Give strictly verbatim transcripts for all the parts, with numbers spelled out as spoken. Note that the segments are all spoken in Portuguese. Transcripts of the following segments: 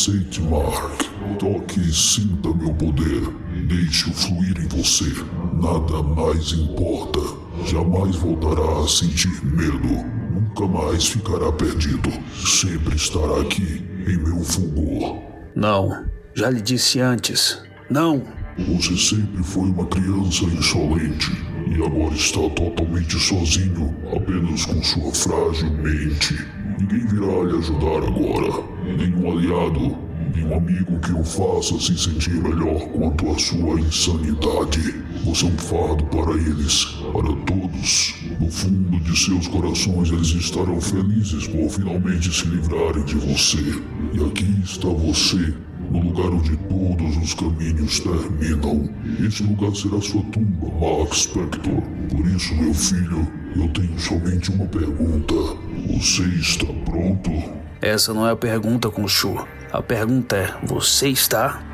Aceite, Mark. Toque e sinta meu poder. Deixe-o fluir em você. Nada mais importa. Jamais voltará a sentir medo. Nunca mais ficará perdido. Sempre estará aqui, em meu fulgor. Não. Já lhe disse antes. Não. Você sempre foi uma criança insolente. E agora está totalmente sozinho, apenas com sua frágil mente. Ninguém virá lhe ajudar agora. Nenhum aliado, nenhum amigo que o faça se sentir melhor quanto à sua insanidade. Você é um fardo para eles, para todos. No fundo de seus corações eles estarão felizes por finalmente se livrarem de você. E aqui está você, no lugar onde todos os caminhos terminam. Esse lugar será sua tumba, Mark Spector. Por isso, meu filho, eu tenho somente uma pergunta. Você está pronto? Essa não é a pergunta, Khonshu. A pergunta é, você está?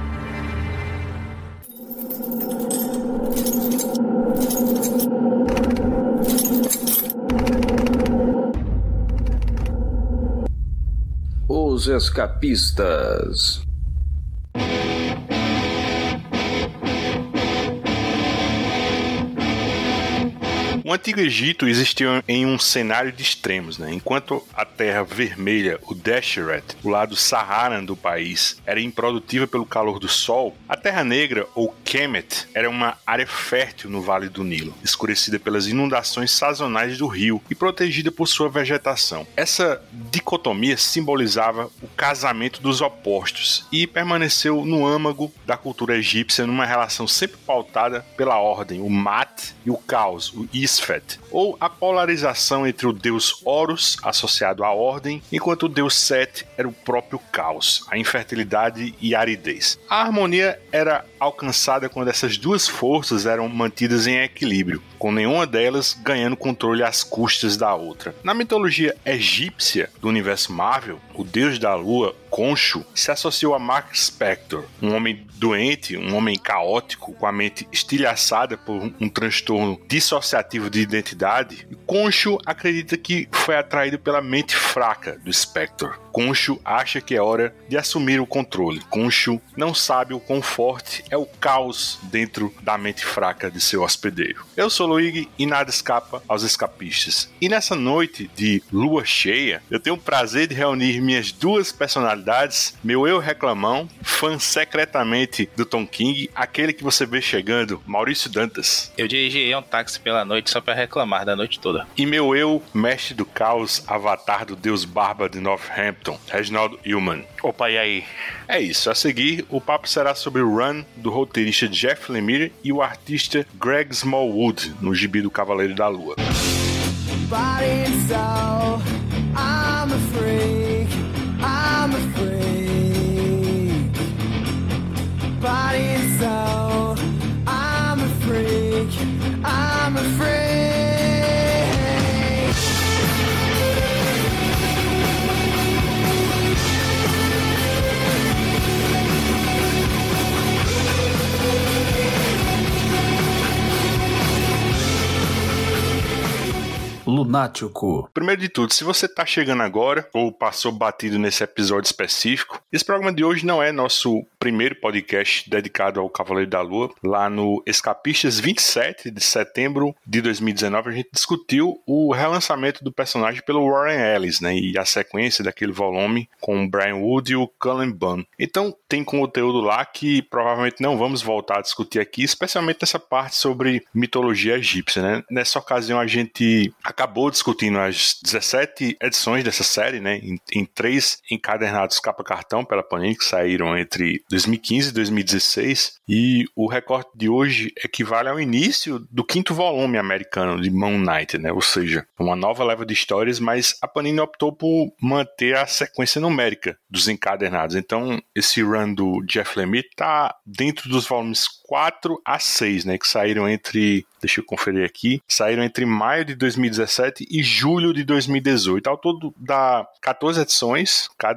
Os Escapistas. O Antigo Egito existia em um cenário de extremos, né? Enquanto a terra vermelha, o Deshret, o lado Saharan do país, era improdutiva pelo calor do sol, a Terra Negra, ou Kemet, era uma área fértil no Vale do Nilo, escurecida pelas inundações sazonais do rio e protegida por sua vegetação. Essa dicotomia simbolizava o casamento dos opostos e permaneceu no âmago da cultura egípcia numa relação sempre pautada pela ordem, o Mat, e o caos, o Isfet, ou a polarização entre o deus Horus, associado à ordem, enquanto o deus Set era o próprio caos, a infertilidade e a aridez. A harmonia era alcançada quando essas duas forças eram mantidas em equilíbrio, com nenhuma delas ganhando controle às custas da outra. Na mitologia egípcia do universo Marvel, o deus da lua, Khonshu, se associou a Mark Spector, um homem doente, um homem caótico, com a mente estilhaçada por um transtorno dissociativo de identidade. Khonshu acredita que foi atraído pela mente fraca do Spector. Khonshu acha que é hora de assumir o controle. Khonshu não sabe o quão forte é o caos dentro da mente fraca de seu hospedeiro. Eu sou Luigi e nada escapa aos escapistas. E nessa noite de lua cheia, eu tenho o prazer de reunir minhas duas personalidades, meu eu reclamão, fã secretamente do Tom King, aquele que você vê chegando, Maurício Dantas. Eu dirigi um táxi pela noite só pra reclamar da noite toda. E meu eu, mestre do caos, avatar do deus barba de Northampton, Reginaldo Hillman. Opa, e aí? É isso, a seguir o papo será sobre o run do roteirista Jeff Lemire e o artista Greg Smallwood no gibi do Cavaleiro da Lua. Body and soul, I'm a freak, I'm a freak. Body and soul, I'm a freak, I'm a freak. Lunático. Primeiro de tudo, se você está chegando agora ou passou batido nesse episódio específico, esse programa de hoje não é nosso primeiro podcast dedicado ao Cavaleiro da Lua. Lá no Escapistas vinte e sete de setembro de dois mil e dezenove, a gente discutiu o relançamento do personagem pelo Warren Ellis, né, e a sequência daquele volume com o Brian Wood e o Cullen Bunn. Então tem conteúdo lá que provavelmente não vamos voltar a discutir aqui, especialmente nessa parte sobre mitologia egípcia, né? Nessa ocasião a gente acabou discutindo as dezessete edições dessa série, né, em, em três encadernados capa cartão pela Panini, que saíram entre dois mil e quinze e dois mil e dezesseis, e o recorte de hoje equivale ao início do quinto volume americano de Moon Knight, né, ou seja, uma nova leva de histórias, mas a Panini optou por manter a sequência numérica dos encadernados. Então esse run do Jeff Lemire está dentro dos volumes quatro a seis, né, que saíram entre, deixa eu conferir aqui, saíram entre maio de dois mil e dezessete e julho de dois mil e dezoito. Ao todo dá quatorze edições, cada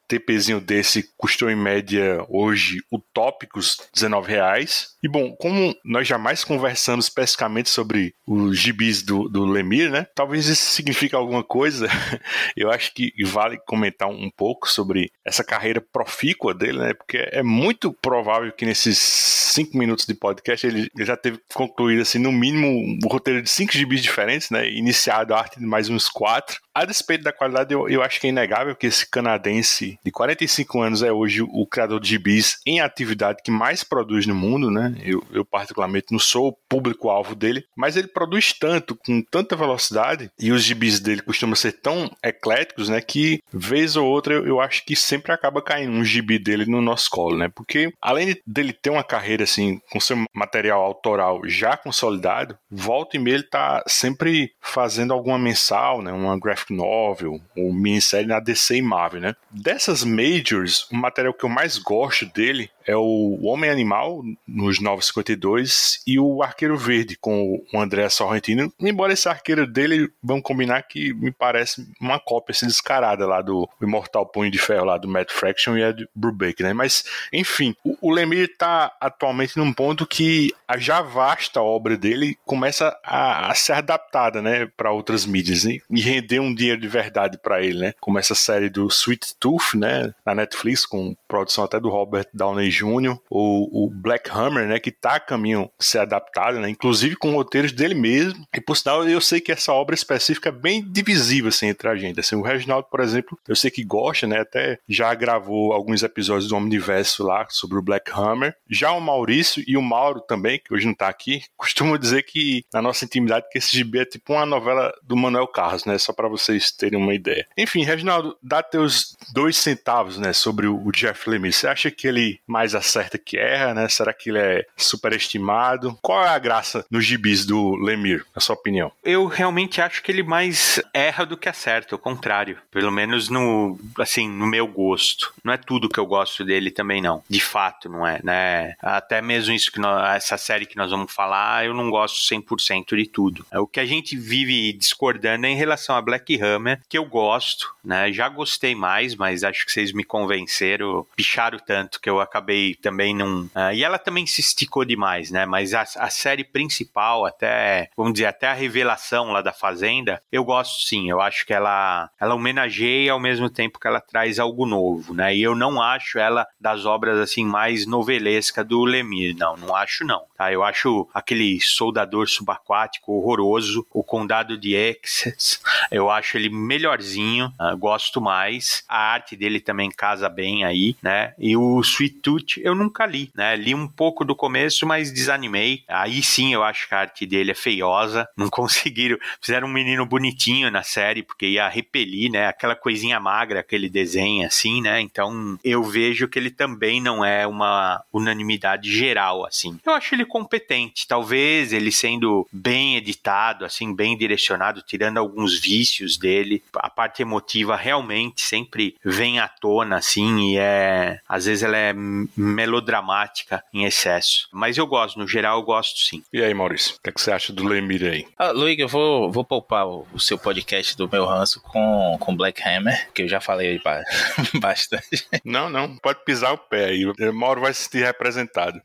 TPzinho desse custou em média hoje utópicos dezenove reais. E bom, como nós jamais conversamos especificamente sobre os gibis do, do Lemire, né? Talvez isso signifique alguma coisa. Eu acho que vale comentar um pouco sobre essa carreira profícua dele, né? Porque é muito provável que nesses cinco minutos de podcast ele já teve concluído, assim, no mínimo, um roteiro de cinco gibis diferentes, né? Iniciado a arte de mais uns quatro. A despeito da qualidade, eu, eu acho que é inegável que esse canadense de quarenta e cinco anos é hoje o criador de gibis em atividade que mais produz no mundo, né? Eu, eu particularmente não sou o público-alvo dele, mas ele produz tanto, com tanta velocidade, e os gibis dele costumam ser tão ecléticos, né? Que vez ou outra eu, eu acho que sempre acaba caindo um gibi dele no nosso colo, né? Porque além dele ter uma carreira assim, com seu material autoral já consolidado, volta e meia ele tá sempre fazendo alguma mensal, né? Uma graphic novel ou minissérie na D C e Marvel, né? Dessas majors, o material que eu mais gosto dele é o Homem-Animal, nos novecentos e cinquenta e dois, e o Arqueiro Verde, com o André Sorrentino. Embora esse arqueiro dele, vamos combinar que me parece uma cópia assim, descarada lá do Imortal Punho de Ferro, lá do Matt Fraction e Ed Brubaker, né? Mas, enfim, o, o Lemire está atualmente num ponto que a já vasta obra dele começa a, a ser adaptada, né, para outras mídias, né? E render um dinheiro de verdade para ele, né? Como essa série do Sweet Tooth, né, na Netflix, com produção até do Robert Downey Júnior, ou o Black Hammer, né, que tá a caminho de ser adaptado, né, inclusive com roteiros dele mesmo. E por sinal, eu sei que essa obra específica é bem divisível assim, entre a gente. Assim, o Reginaldo, por exemplo, eu sei que gosta, né, até já gravou alguns episódios do Omniverso lá sobre o Black Hammer. Já o Maurício e o Mauro também, que hoje não tá aqui, costumam dizer que na nossa intimidade que esse gibi é tipo uma novela do Manuel Carlos, né, só para vocês terem uma ideia. Enfim, Reginaldo, dá teus dois centavos, né, sobre o Jeff Lemire. Você acha que ele mais acerta que erra, né? Será que ele é superestimado? Qual é a graça nos gibis do Lemire, na sua opinião? Eu realmente acho que ele mais erra do que acerta, o contrário. Pelo menos no, assim, no meu gosto. Não é tudo que eu gosto dele também, não. De fato, não é, né? Até mesmo isso que nós, essa série que nós vamos falar, eu não gosto cem por cento de tudo. O que a gente vive discordando é em relação a Black Hammer, que eu gosto, né? Já gostei mais, mas acho que vocês me convenceram, picharam tanto que eu acabei também não... Uh, e ela também se esticou demais, né? Mas a, a série principal, até, vamos dizer, até a revelação lá da Fazenda, eu gosto sim. Eu acho que ela, ela homenageia ao mesmo tempo que ela traz algo novo, né? E eu não acho ela das obras, assim, mais novelesca do Lemire. Não, não acho não. Tá? Eu acho aquele Soldador Subaquático horroroso, o Condado de Essex, eu acho ele melhorzinho, uh, gosto mais. A arte dele também casa bem aí, né? E o Sweet Tooth eu nunca li, né? Li um pouco do começo, mas desanimei. Aí sim eu acho que a arte dele é feiosa. Não conseguiram. Fizeram um menino bonitinho na série, porque ia repelir, né? Aquela coisinha magra que ele desenha, assim, né? Então eu vejo que ele também não é uma unanimidade geral, assim. Eu acho ele competente. Talvez ele sendo bem editado, assim, bem direcionado, tirando alguns vícios dele. A parte emotiva realmente sempre vem à tona, assim, e é... Às vezes ela é melodramática em excesso. Mas eu gosto, no geral eu gosto sim. E aí, Maurício, o que, é que você acha do Lemire aí? Ah, Luigi, eu vou, vou poupar o, o seu podcast do meu ranço com, com Black Hammer, que eu já falei bastante. Não, não, pode pisar o pé aí. O Mauro vai se sentir representado.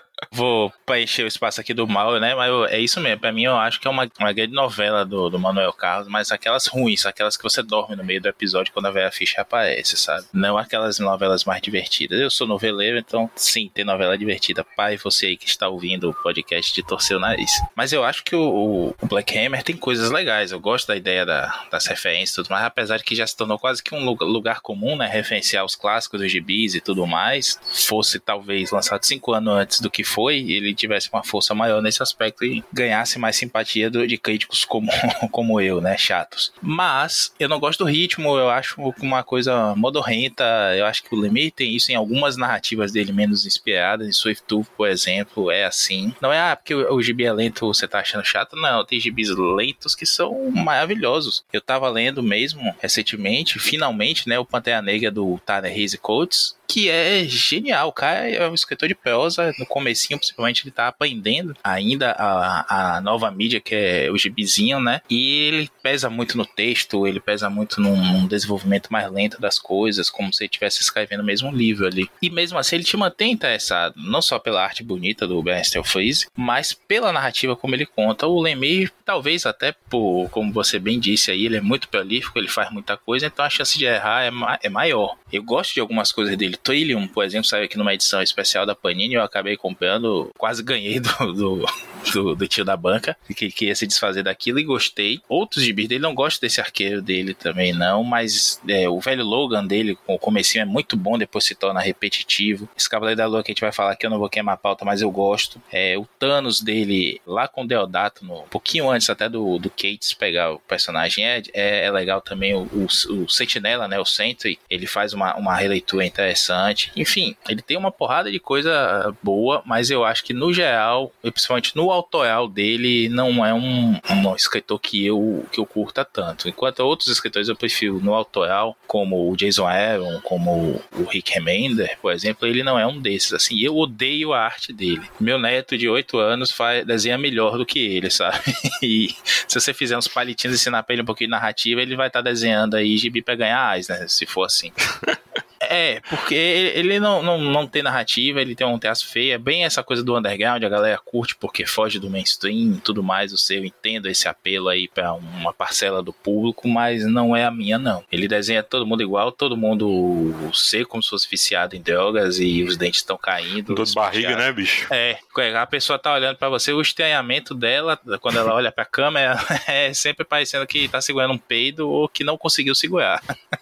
Vou preencher o espaço aqui do mal, né? Mas eu, é isso mesmo. Pra mim, eu acho que é uma, uma grande novela do, do Manuel Carlos, mas aquelas ruins, aquelas que você dorme no meio do episódio quando a velha ficha aparece, sabe? Não aquelas novelas mais divertidas. Eu sou noveleiro, então sim, tem novela divertida. Pai, você aí que está ouvindo o podcast de torcer o nariz. Mas eu acho que o, o Black Hammer tem coisas legais. Eu gosto da ideia da, das referências e tudo mais, apesar de que já se tornou quase que um lugar, lugar comum, né? Referenciar os clássicos dos gibis e tudo mais. Fosse talvez lançado cinco anos antes do que foi, ele tivesse uma força maior nesse aspecto e ganhasse mais simpatia do, de críticos como, como eu, né, chatos. Mas eu não gosto do ritmo, eu acho uma coisa modorrenta. Eu acho que o Lemire tem isso em algumas narrativas dele menos inspiradas. Em Sweet Tooth, por exemplo, é assim. Não é ah, porque o, o gibi é lento, você tá achando chato. Não, tem gibis lentos que são maravilhosos. Eu tava lendo mesmo recentemente, finalmente, né, o Pantera Negra do Ta-Nehisi Coates, que é genial. O cara é um escritor de prosa, no comecinho, principalmente, ele tá aprendendo ainda a, a nova mídia, que é o gibizinho, né? E ele pesa muito no texto, ele pesa muito num, num desenvolvimento mais lento das coisas, como se ele estivesse escrevendo o mesmo livro ali. E mesmo assim, ele te mantém interessado, não só pela arte bonita do Ben Freeze, mas pela narrativa como ele conta. O Lemire, talvez até por, como você bem disse aí, ele é muito prolífico, ele faz muita coisa, então a chance de errar é, ma- é maior. Eu gosto de algumas coisas dele. Trillium, por exemplo, saiu aqui numa edição especial da Panini, eu acabei comprando, quase ganhei do, do, do, do tio da banca, que, que ia se desfazer daquilo, e gostei. Outros gibis dele, não gosto desse arqueiro dele também não, mas é, o velho Logan dele, o comecinho é muito bom, depois se torna repetitivo. Esse Cavaleiro da Lua que a gente vai falar aqui, eu não vou queimar a pauta, mas eu gosto. É, o Thanos dele, lá com o Deodato, no, um pouquinho antes até do, do Cates pegar o personagem, é, é, é legal também. O, o, o Sentinela, né, o Sentry, ele faz uma, uma releitura interessante. Enfim, ele tem uma porrada de coisa boa, mas eu acho que no geral, e principalmente no autoral dele, não é um, um escritor que eu, que eu curta tanto. Enquanto outros escritores eu prefiro no autoral, como o Jason Aaron, como o Rick Remender, por exemplo, ele não é um desses. Assim, eu odeio a arte dele. Meu neto de oito anos faz, desenha melhor do que ele, sabe? E se você fizer uns palitinhos e ensinar pra ele um pouquinho de narrativa, ele vai estar tá desenhando aí gibi pra ganhar ais, né? Se for assim. É, porque ele não, não, não tem narrativa, ele tem um traço feio, é bem essa coisa do underground, a galera curte porque foge do mainstream e tudo mais, eu sei, eu entendo esse apelo aí pra uma parcela do público, mas não é a minha não. Ele desenha todo mundo igual, todo mundo seco, como se fosse viciado em drogas e os dentes estão caindo. Dor de barriga, né, bicho? É, a pessoa tá olhando pra você, o estranhamento dela, quando ela olha pra câmera, é sempre parecendo que tá segurando um peido ou que não conseguiu segurar.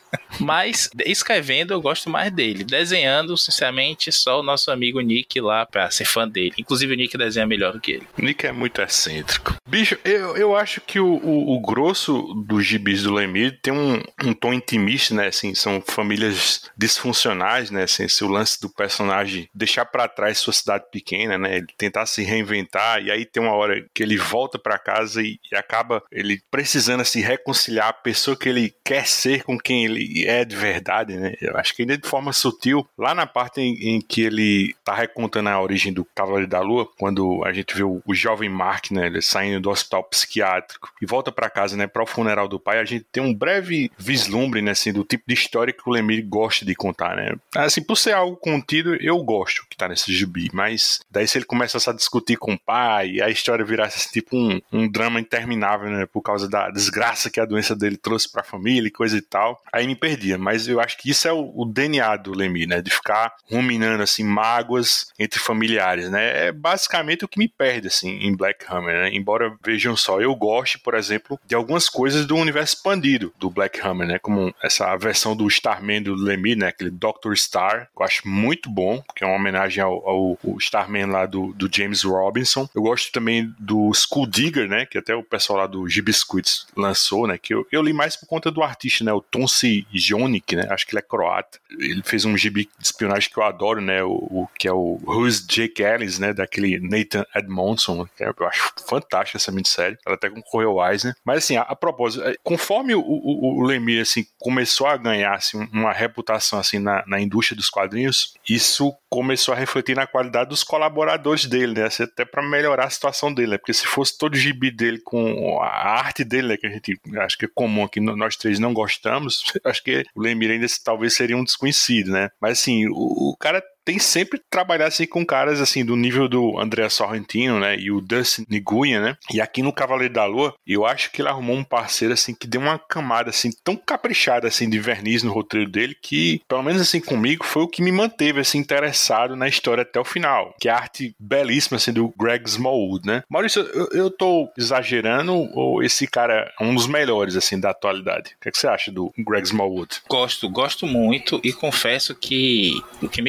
Mas escrevendo eu gosto mais dele. Desenhando, sinceramente, só o nosso amigo Nick lá pra ser fã dele. Inclusive o Nick desenha melhor do que ele. Nick é muito excêntrico. Bicho, eu, eu acho que o, o, o grosso dos gibis do Lemire tem um, um tom intimista, né? Assim, são famílias disfuncionais, né? Assim, esse, o lance do personagem deixar pra trás sua cidade pequena, né? Ele tentar se reinventar e aí tem uma hora que ele volta pra casa e, e acaba ele precisando se reconciliar a pessoa que ele quer ser com quem ele é de verdade, né? Eu acho que ainda de forma sutil, lá na parte em, em que ele tá recontando a origem do Cavaleiro da Lua, quando a gente vê o, o jovem Mark, né? Ele saindo do hospital psiquiátrico e volta pra casa, né? Para o funeral do pai, a gente tem um breve vislumbre, né? Assim, do tipo de história que o Lemire gosta de contar, né? Assim, por ser algo contido, eu gosto que tá nesse gibi, mas daí se ele começa a discutir com o pai e a história virasse assim, tipo um, um drama interminável, né? Por causa da desgraça que a doença dele trouxe pra família e coisa e tal, aí me perdia, mas eu acho que isso é o, o D N A do Lemire, né? De ficar ruminando, assim, mágoas entre familiares, né? É basicamente o que me perde, assim, em Black Hammer, né? Embora, vejam só, eu goste, por exemplo, de algumas coisas do universo expandido do Black Hammer, né? Como essa versão do Starman do Lemire, né? Aquele doutor Star, que eu acho muito bom, que é uma homenagem ao, ao, ao Starman lá do, do James Robinson. Eu gosto também do Skull Digger, né? Que até o pessoal lá do Gibiscuits lançou, né? Que eu, eu li mais por conta do artista, né? O Tonci Jonic, né? Acho que ele é croata. Ele fez um gibi de espionagem que eu adoro, né? O, o que é o Who's Jake Ellis, né? Daquele Nathan Edmondson, que eu acho fantástica essa minissérie. Ela até concorreu ao Eisner. Mas assim, a, a propósito, conforme o, o, o Lemire assim, começou a ganhar assim, uma reputação assim, na, na indústria dos quadrinhos, isso começou a refletir na qualidade dos colaboradores dele, né? Assim, até para melhorar a situação dele, né? Porque se fosse todo o gibi dele com a arte dele, né? Que a gente acho que é comum aqui, nós três não gostamos, acho que o Lemire ainda talvez seria um desconhecido, né? Mas assim, o, o cara tem sempre trabalhado assim, com caras assim, do nível do Andrea Sorrentino, né, e o Dustin Nguyen, né, e aqui no Cavaleiro da Lua, eu acho que ele arrumou um parceiro assim, que deu uma camada assim, tão caprichada assim, de verniz no roteiro dele, que, pelo menos assim, comigo, foi o que me manteve assim, interessado na história até o final, que é a arte belíssima assim, do Greg Smallwood, né. Maurício, eu, eu tô exagerando, ou esse cara é um dos melhores assim, da atualidade? O que, é que você acha do Greg Smallwood? Gosto, gosto muito, e confesso que o que me chamou a atenção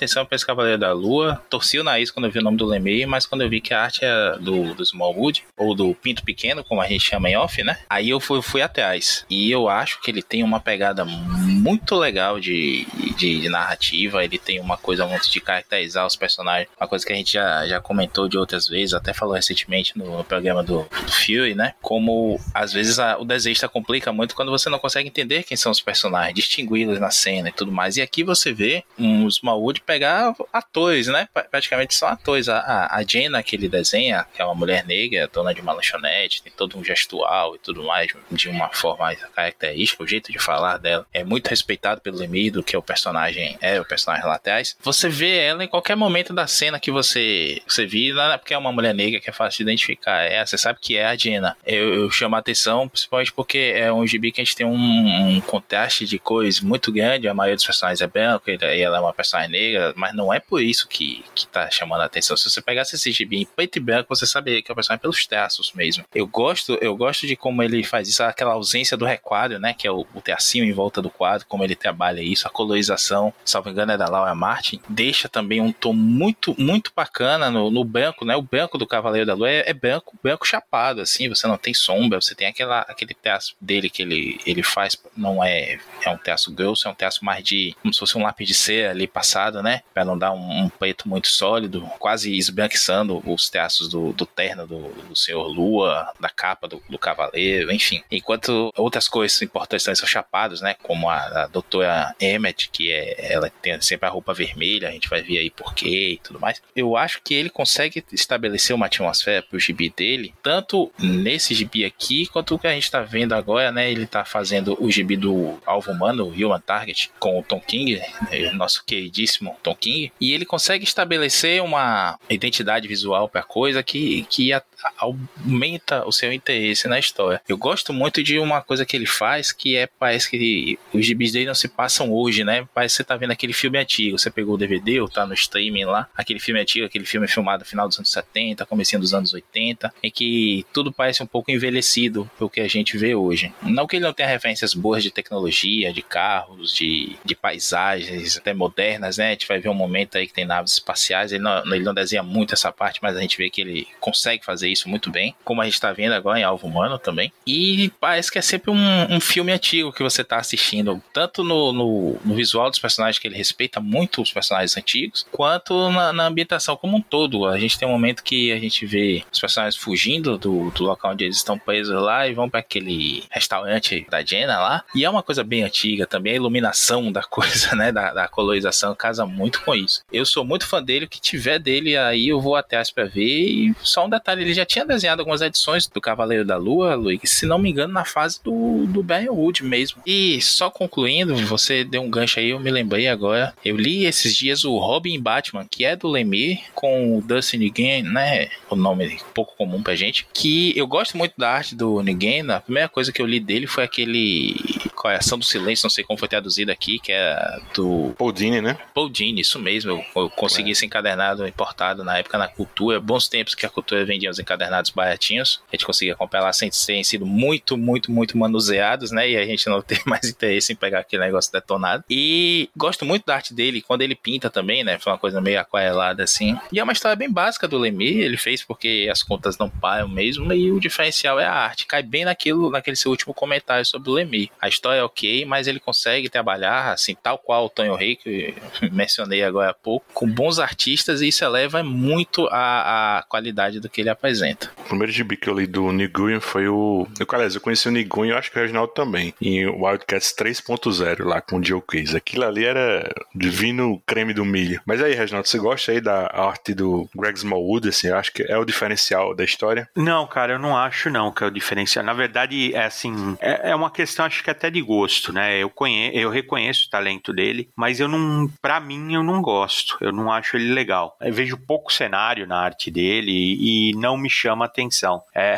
atenção pra esse Cavaleiro da Lua. Torci o nariz quando eu vi o nome do Lemay, mas quando eu vi que a arte é do, do Smallwood, ou do Pinto Pequeno, como a gente chama em off, né? Aí eu fui, fui atrás. E eu acho que ele tem uma pegada muito legal de, de, de narrativa. Ele tem uma coisa muito de caracterizar os personagens. Uma coisa que a gente já, já comentou de outras vezes, até falou recentemente no, no programa do, do Fury, né? Como às vezes a, o desenhista complica muito quando você não consegue entender quem são os personagens, distingui-los na cena e tudo mais. E aqui você vê um Smallwood pegar atores, né? Praticamente são atores. A, a, a Jenna que ele desenha, que é uma mulher negra, dona de uma lanchonete, tem todo um gestual e tudo mais, de uma forma característica, o jeito de falar dela é muito respeitado pelo Lemay, do que o personagem é, o personagem lá atrás. Você vê ela em qualquer momento da cena que você, você vê, não é porque é uma mulher negra que é fácil de identificar, é, você sabe que é a Jenna. Eu, eu chamo a atenção, principalmente porque é um gibi que a gente tem um, um contraste de cores muito grande, a maioria dos personagens é branco, e ela é uma personagem negra, mas não é por isso que, que tá chamando a atenção. Se você pegasse esse gibi em preto e branco, você saberia que é o personagem pelos traços mesmo. Eu gosto, eu gosto de como ele faz isso, aquela ausência do requadro, né, que é o, o tracinho em volta do quadro, como ele trabalha isso, a colorização, salvo engano é da Laura Martin, deixa também um tom muito, muito bacana no, no branco, né, o branco do Cavaleiro da Lua é, é branco, branco chapado, assim, você não tem sombra, você tem aquela, aquele traço dele que ele, ele faz, não é, é um traço grosso, é um traço mais de, como se fosse um lápis de cera ali passado, né, pra não dar um, um preto muito sólido, quase esbranquiçando os traços do, do terno do, do Senhor Lua, da capa do, do Cavaleiro, enfim. Enquanto outras coisas importantes são chapados, né, como a, a doutora Emmett, que é, ela tem sempre a roupa vermelha, a gente vai ver aí porquê e tudo mais. Eu acho que ele consegue estabelecer uma atmosfera pro gibi dele, tanto nesse gibi aqui, quanto o que a gente tá vendo agora, né, ele tá fazendo o gibi do Alvo Humano, o Human Target, com o Tom King, né, nosso queridíssimo Tom King, e ele consegue estabelecer uma identidade visual pra coisa que, que a, aumenta o seu interesse na história. Eu gosto muito de uma coisa que ele faz, que é, parece que os gibis dele não se passam hoje, né? Parece que você tá vendo aquele filme antigo, você pegou o D V D ou tá no streaming lá, aquele filme antigo, aquele filme filmado no final dos anos setenta, comecinho dos anos oitenta, em que tudo parece um pouco envelhecido pro que a gente vê hoje. Não que ele não tenha referências boas de tecnologia, de carros, de, de paisagens até modernas, né? A gente vai ver um momento aí que tem naves espaciais, ele não, ele não desenha muito essa parte, mas a gente vê que ele consegue fazer isso muito bem, como a gente tá vendo agora em Alvo Humano também. E parece que é sempre um, um filme antigo que você tá assistindo, tanto no, no, no visual dos personagens, que ele respeita muito os personagens antigos, quanto na, na ambientação como um todo. A gente tem um momento que a gente vê os personagens fugindo do, do local onde eles estão presos lá e vão para aquele restaurante da Jenna lá, e é uma coisa bem antiga também, a iluminação da coisa, né, da, da colorização casa muito com isso. Eu sou muito fã dele, o que tiver dele aí eu vou atrás para ver. E só um detalhe, ele já tinha desenhado algumas edições do Cavaleiro da Lua, Luiz, se não me engano na fase do, do Briarwood mesmo. E só concluindo, você deu um gancho aí, eu me lembrei agora, eu li esses dias o Robin Batman, que é do Lemay, com o Dustin Nguyen, né, o nome pouco comum pra gente, que eu gosto muito da arte do Nguyen. A primeira coisa que eu li dele foi aquele Coração do Silêncio, não sei como foi traduzido aqui, que é do Paul Dini, né? Paul Dini, isso mesmo, eu, eu consegui é. esse encadernado importado na época na Cultura, bons tempos que a Cultura vendia os encadernados baratinhos, a gente conseguia comprar lá sem terem sido muito, muito, muito manuseados, né, e a gente não ter mais interesse em pegar aquele negócio detonado. E gosto muito da arte dele, quando ele pinta também, né, foi uma coisa meio aquarelada assim, e é uma história bem básica do Lemay, ele fez porque as contas não param mesmo, e o diferencial é a arte, cai bem naquilo, naquele seu último comentário sobre o Lemay. A história é ok, mas ele consegue trabalhar, assim, tal qual o Tonho Rei, que eu mencionei agora há pouco, com bons artistas, e isso eleva muito a, a qualidade do que ele apresenta. O primeiro gibi que eu li do Nguyen foi o... Eu, aliás, eu conheci o Nguyen, eu acho que o Reginaldo também, em Wildcats três ponto zero, lá com o Joe Case. Aquilo ali era divino creme do milho. Mas aí, Reginaldo, você gosta aí da arte do Greg Smallwood, assim? Eu acho que é o diferencial da história? Não, cara, eu não acho não que é o diferencial. Na verdade, é assim, é, é uma questão, acho que até de gosto, né? Eu, conhe... eu reconheço o talento dele, mas eu não, pra mim, eu não gosto. Eu não acho ele legal. Eu vejo pouco cenário na arte dele e não me chama atenção. É...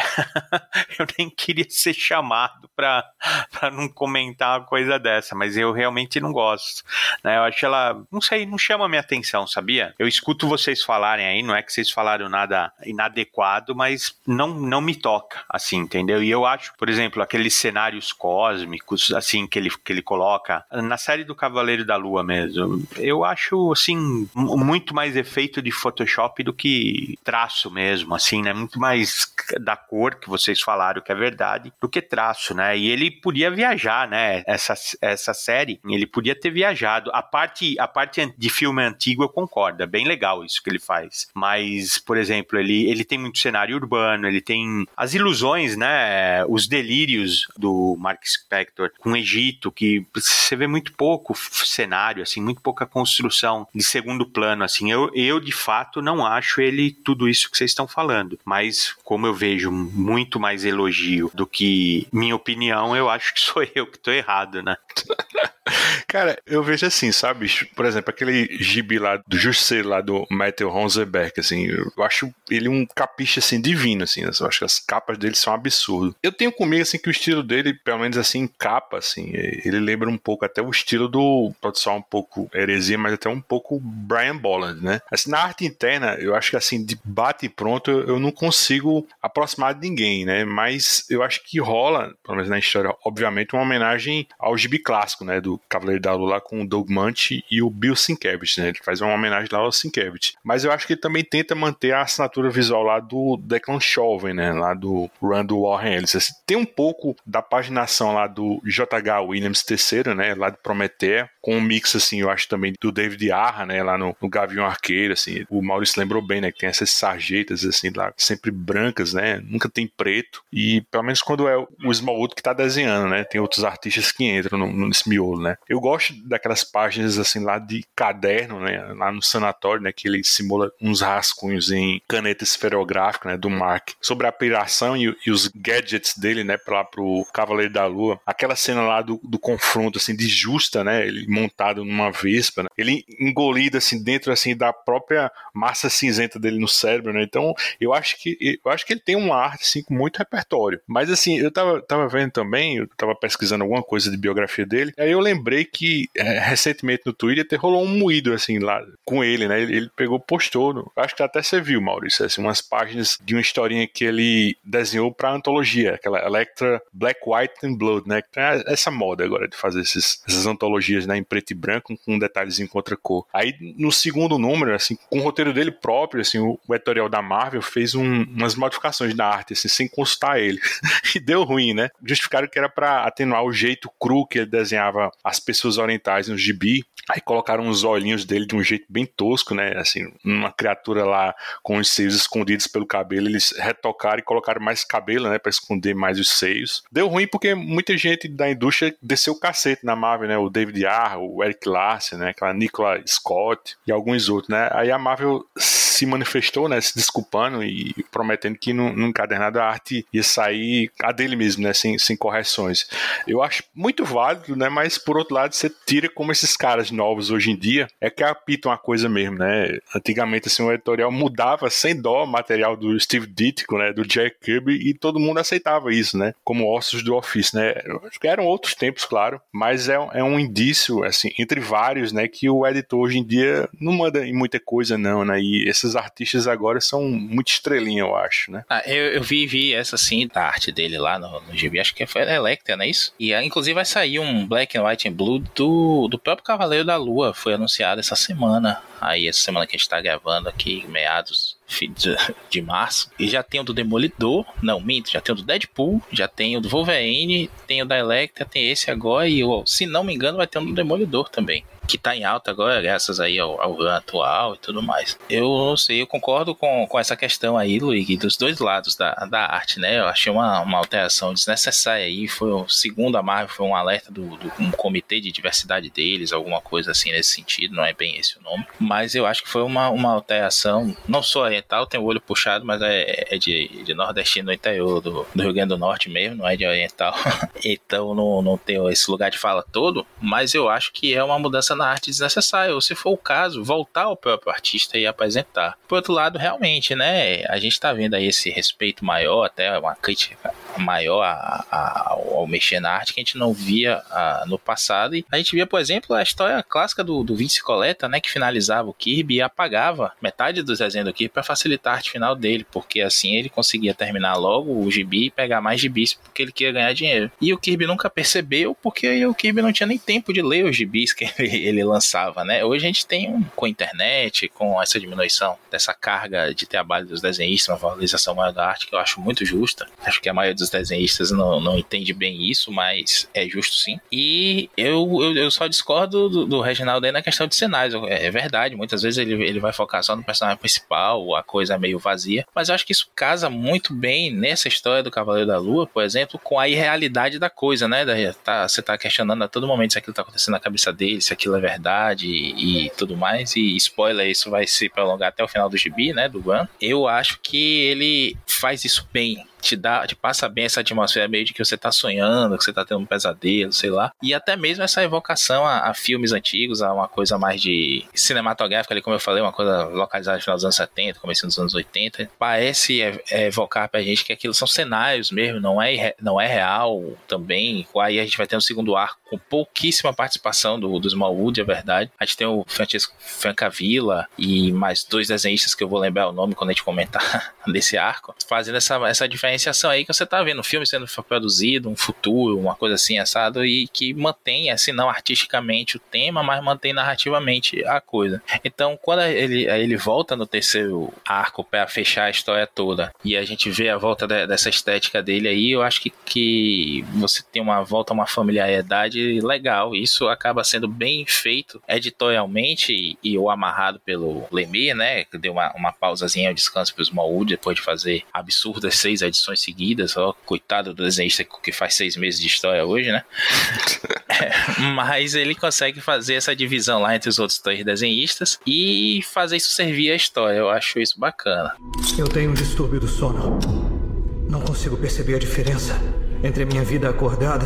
eu nem queria ser chamado pra, pra não comentar uma coisa dessa, mas eu realmente não gosto, né? Eu acho ela, não sei, não chama minha atenção, sabia? Eu escuto vocês falarem aí, não é que vocês falaram nada inadequado, mas não, não me toca, assim, entendeu? E eu acho, por exemplo, aqueles cenários cósmicos, assim, que ele, que ele coloca, na série do Cavaleiro da Lua mesmo, eu acho, assim, muito mais efeito de Photoshop do que traço mesmo, assim, né? Muito mais da cor que vocês falaram, que é verdade, do que traço, né? E ele podia viajar, né? Essa, essa série, ele podia ter viajado. A parte, a parte de filme antigo eu concordo, é bem legal isso que ele faz. Mas, por exemplo, ele, ele tem muito cenário urbano, ele tem as ilusões, né? Os delírios do Mark Spector com o Egito, que você vê muito pouco cenário, assim, muito pouca construção de segundo plano, assim. Eu, eu, de fato, não acho ele tudo isso que vocês estão falando. Mas, como eu vejo muito mais elogio do que minha opinião, eu acho que sou eu que tô errado, né? Cara, eu vejo assim, sabe? Por exemplo, aquele gibi lá do Justiceiro, lá do Matthew Rosenberg, assim, eu acho ele um capricho, assim, divino, assim, eu acho que as capas dele são absurdas. Eu tenho comigo, assim, que o estilo dele, pelo menos, assim, capa, assim, ele lembra um pouco até o estilo do, pode soar um pouco heresia, mas até um pouco Brian Bolland, né? Assim, na arte interna, eu acho que, assim, de bate e pronto, eu não consigo aproximar de ninguém, né? Mas eu acho que rola, pelo menos na história, obviamente, uma homenagem ao gibi clássico, né, do Cavaleiro da Lua, lá com o Doug Munch e o Bill Sienkiewicz, né? Ele faz uma homenagem lá ao Sienkiewicz. Mas eu acho que ele também tenta manter a assinatura visual lá do Declan Shalvin, né? Lá do Randall Warren Ellis. Assim, tem um pouco da paginação lá do J H Williams terceiro, né? Lá de Prometheia, com um mix, assim, eu acho também do David Arra, né? Lá no, no Gavião Arqueiro, assim. O Maurício lembrou bem, né? Que tem essas sarjetas, assim, lá, sempre brancas, né? Nunca tem preto. E, pelo menos quando é o Smallwood que tá desenhando, né? Tem outros artistas que entram no, nesse miolo, né? Eu gosto daquelas páginas, assim, lá de caderno, né? Lá no sanatório, né? Que ele simula uns rascunhos em caneta esferográfica, né? Do Mark. Sobre a piração e, e os gadgets dele, né? Pra, pro Cavaleiro da Lua. Aquela cena lá do, do confronto, assim, de Justa, né? Ele montado numa vespa, né? Ele engolido, assim, dentro, assim, da própria massa cinzenta dele no cérebro, né? Então, eu acho que eu acho que ele tem uma arte, assim, com muito repertório. Mas, assim, eu tava, tava vendo também, eu tava pesquisando alguma coisa de biografia dele, aí eu lembrei que é, recentemente no Twitter rolou um moído, assim, lá com ele, né? Ele, ele pegou, postou, no, acho que até você viu, Maurício, assim, umas páginas de uma historinha que ele desenhou pra antologia, aquela Electra Black, White and Blood, né? Que tem essa moda agora de fazer esses, essas antologias, né? Em preto e branco, com um detalhezinho com outra cor. Aí, no segundo número, assim, com o roteiro dele próprio, assim, o, o editorial da Marvel fez um, umas modificações na arte, assim, sem consultar ele. E deu ruim, né? Justificaram que era pra atenuar o jeito cru que ele desenhava as pessoas orientais no gibi. Aí colocaram os olhinhos dele de um jeito bem tosco, né? Assim, uma criatura lá com os seios escondidos pelo cabelo, eles retocaram e colocaram mais cabelo, né? Pra esconder mais os seios. Deu ruim porque muita gente da indústria desceu o cacete na Marvel, né? O David Arra, o Eric Larsen, né? Aquela Nicola Scott e alguns outros, né? Aí a Marvel se manifestou, né? Se desculpando e prometendo que no, no encadernado a arte ia sair a dele mesmo, né? Sem, sem correções. Eu acho muito válido, né? Mas por outro lado, você tira como esses caras novos hoje em dia é que apitam a coisa mesmo, né? Antigamente, assim, o editorial mudava sem dó o material do Steve Ditko, né? Do Jack Kirby, e todo mundo aceitava isso, né? Como ossos do ofício, né? Acho que eram outros tempos, claro, mas é, é um indício, assim, entre vários, né? Que o editor hoje em dia não manda em muita coisa, não, né? E esses artistas agora são muito estrelinha, eu acho, né? Ah, eu, eu vi, vi essa, sim, da arte dele lá no, no G B, acho que foi a Electra, não é isso? E inclusive vai sair um Black and White and Blue do, do próprio Cavaleiro da Lua, foi anunciado essa semana, aí essa semana que a gente tá gravando aqui, meados de, de março, e já tem o do Demolidor, não, minto, já tem o do Deadpool, já tem o do Wolverine, tem o da Electra, tem esse agora, e o, se não me engano vai ter um do Demolidor também, que tá em alta agora, graças aí ao, ao run atual e tudo mais. Eu não sei, eu concordo com, com essa questão aí, Luigi, dos dois lados da, da arte, né? Eu achei uma, uma alteração desnecessária aí, foi, segundo a Marvel, foi um alerta do, do um comitê de diversidade deles, alguma coisa assim nesse sentido, não é bem esse o nome, mas eu acho que foi uma, uma alteração, não só oriental, tem o olho puxado, mas é, é de, de nordestino no interior do, do Rio Grande do Norte mesmo, não é de oriental, então não, não tem esse lugar de fala todo, mas eu acho que é uma mudança na arte desnecessária, ou se for o caso, voltar ao próprio artista e apresentar. Por outro lado, realmente, né, a gente tá vendo aí esse respeito maior, até uma crítica maior a, a, ao, ao mexer na arte que a gente não via a, no passado. E a gente via, por exemplo, a história clássica do, do Vince Coletta, né, que finalizava o Kirby e apagava metade dos desenhos do Kirby para facilitar a arte final dele, porque assim ele conseguia terminar logo o gibi e pegar mais gibis porque ele queria ganhar dinheiro. E o Kirby nunca percebeu, porque o Kirby não tinha nem tempo de ler os gibis que ele, ele lançava, né? Hoje a gente tem, um, com a internet, com essa diminuição dessa carga de trabalho dos desenhistas, uma valorização maior da arte, que eu acho muito justa. Acho que a maioria dos desenhistas não, não entende bem isso, mas é justo sim. E eu, eu, eu só discordo do, do Reginaldo aí na questão de cenários. É, é verdade, muitas vezes ele, ele vai focar só no personagem principal, a coisa é meio vazia, mas eu acho que isso casa muito bem nessa história do Cavaleiro da Lua, por exemplo, com a irrealidade da coisa, né? Tá, você tá questionando a todo momento se aquilo tá acontecendo na cabeça dele, se aquilo é verdade e, e tudo mais, e spoiler, isso vai se prolongar até o final do gibi, né, do One. Eu acho que ele faz isso bem. Te dá, te passa bem essa atmosfera meio de que você tá sonhando, que você tá tendo um pesadelo, sei lá. E até mesmo essa evocação a, a filmes antigos, a uma coisa mais de cinematográfica ali, como eu falei, uma coisa localizada no final dos anos setenta, começo dos anos oitenta. Parece evocar pra gente que aquilo são cenários mesmo, não é, não é real também. Aí a gente vai ter um segundo arco com pouquíssima participação do, do Smallwood, é verdade. A gente tem o Francesco Francavilla e mais dois desenhistas que eu vou lembrar o nome quando a gente comentar desse arco, fazendo essa, essa diferenciação aí que você tá vendo o filme sendo produzido, um futuro, uma coisa assim, assado, e que mantém, assim, não artisticamente o tema, mas mantém narrativamente a coisa. Então, quando ele, ele volta no terceiro arco para fechar a história toda, e a gente vê a volta de, dessa estética dele aí, eu acho que, que você tem uma volta a uma familiaridade legal. Isso acaba sendo bem feito editorialmente e, e ou amarrado pelo Lemire, né, que deu uma, uma pausazinha ao descanso pro Smallwood depois de fazer absurdas seis edições seguidas, ó, coitado do desenhista que faz seis meses de história hoje, né? É, mas ele consegue fazer essa divisão lá entre os outros três desenhistas e fazer isso servir a história. Eu acho isso bacana. Eu tenho um distúrbio do sono. Não consigo perceber a diferença entre a minha vida acordada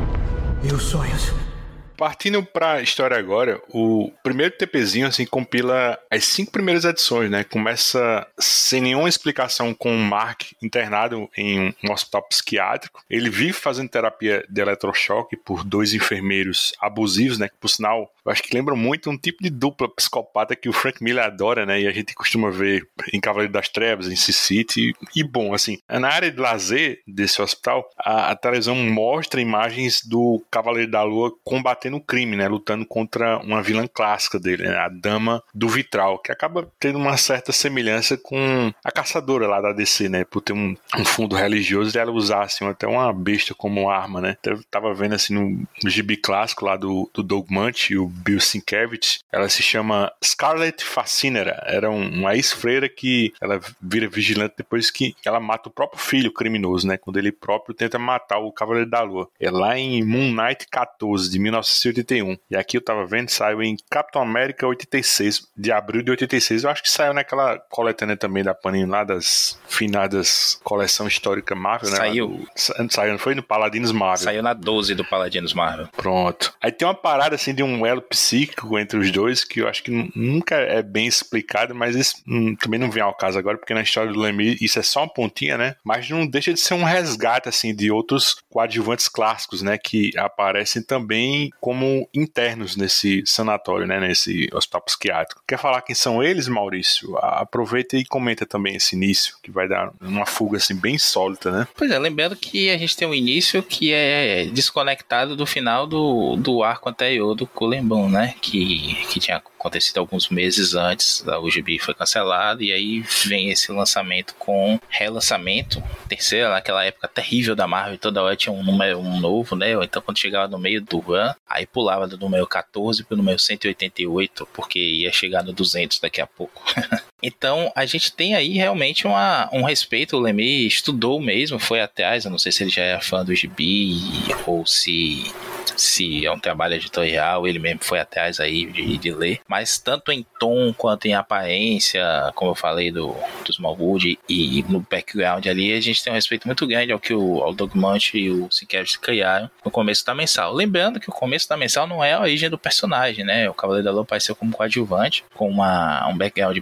e os sonhos. Partindo pra história agora, o primeiro TPzinho, assim, compila as cinco primeiras edições, né? Começa sem nenhuma explicação com o Mark internado em um hospital psiquiátrico. Ele vive fazendo terapia de eletrochoque por dois enfermeiros abusivos, né? Que, por sinal, eu acho que lembram muito um tipo de dupla psicopata que o Frank Miller adora, né? E a gente costuma ver em Cavaleiro das Trevas, em Sin City. E, bom, assim, na área de lazer desse hospital, a, a televisão mostra imagens do Cavaleiro da Lua combatendo no crime, né, lutando contra uma vilã clássica dele, né, a Dama do Vitral, que acaba tendo uma certa semelhança com a caçadora lá da D C, né, por ter um, um fundo religioso e ela usar assim, até uma besta como arma, né. Eu tava vendo assim no, no gibi clássico lá do, do Doug Munch e o Bill Sienkiewicz, ela se chama Scarlet Fascinera, era um, uma ex-freira que ela vira vigilante depois que ela mata o próprio filho criminoso, né, quando ele próprio tenta matar o Cavaleiro da Lua. É lá em Moon Knight catorze, de mil novecentos e oitenta e um. E aqui eu tava vendo, saiu em Capitão América oitenta e seis, de abril de oitenta e seis. Eu acho que saiu naquela coletânea também da Panini lá, das finadas coleção histórica Marvel, né? Saiu. Do, saiu, não foi no Paladinos Marvel. Saiu na doze do Paladinos Marvel. Pronto. Aí tem uma parada assim de um elo psíquico entre os dois que eu acho que nunca é bem explicado, mas isso hum, também não vem ao caso agora, porque na história do Lemire isso é só uma pontinha, né? Mas não deixa de ser um resgate assim de outros coadjuvantes clássicos, né? Que aparecem também como internos nesse sanatório, né, nesse hospital psiquiátrico. Quer falar quem são eles, Maurício? Aproveita e comenta também esse início, que vai dar uma fuga assim bem sólida, né? Pois é, lembrando que a gente tem um início que é desconectado do final do, do arco anterior do Cullen Bunn, né, que, que tinha acontecido alguns meses antes, o gibi foi cancelado, e aí vem esse lançamento com relançamento, terceira, naquela época terrível da Marvel, toda hora tinha um número um novo, né, ou então quando chegava no meio do run, aí pulava do número catorze pro número cento e oitenta e oito, porque ia chegar no duzentos daqui a pouco. Então a gente tem aí realmente uma, um respeito, o Lemire estudou mesmo, foi atrás, eu não sei se ele já era fã do gibi, ou se... se é um trabalho editorial, ele mesmo foi atrás aí de, de ler, mas tanto em tom quanto em aparência, como eu falei do, do Smallwood e no background ali, a gente tem um respeito muito grande ao que o ao Doug Munch e o Sienkiewicz criaram no começo da mensal. Lembrando que o começo da mensal não é a origem do personagem, né? O Cavaleiro da Lua apareceu como coadjuvante, com uma, um background bem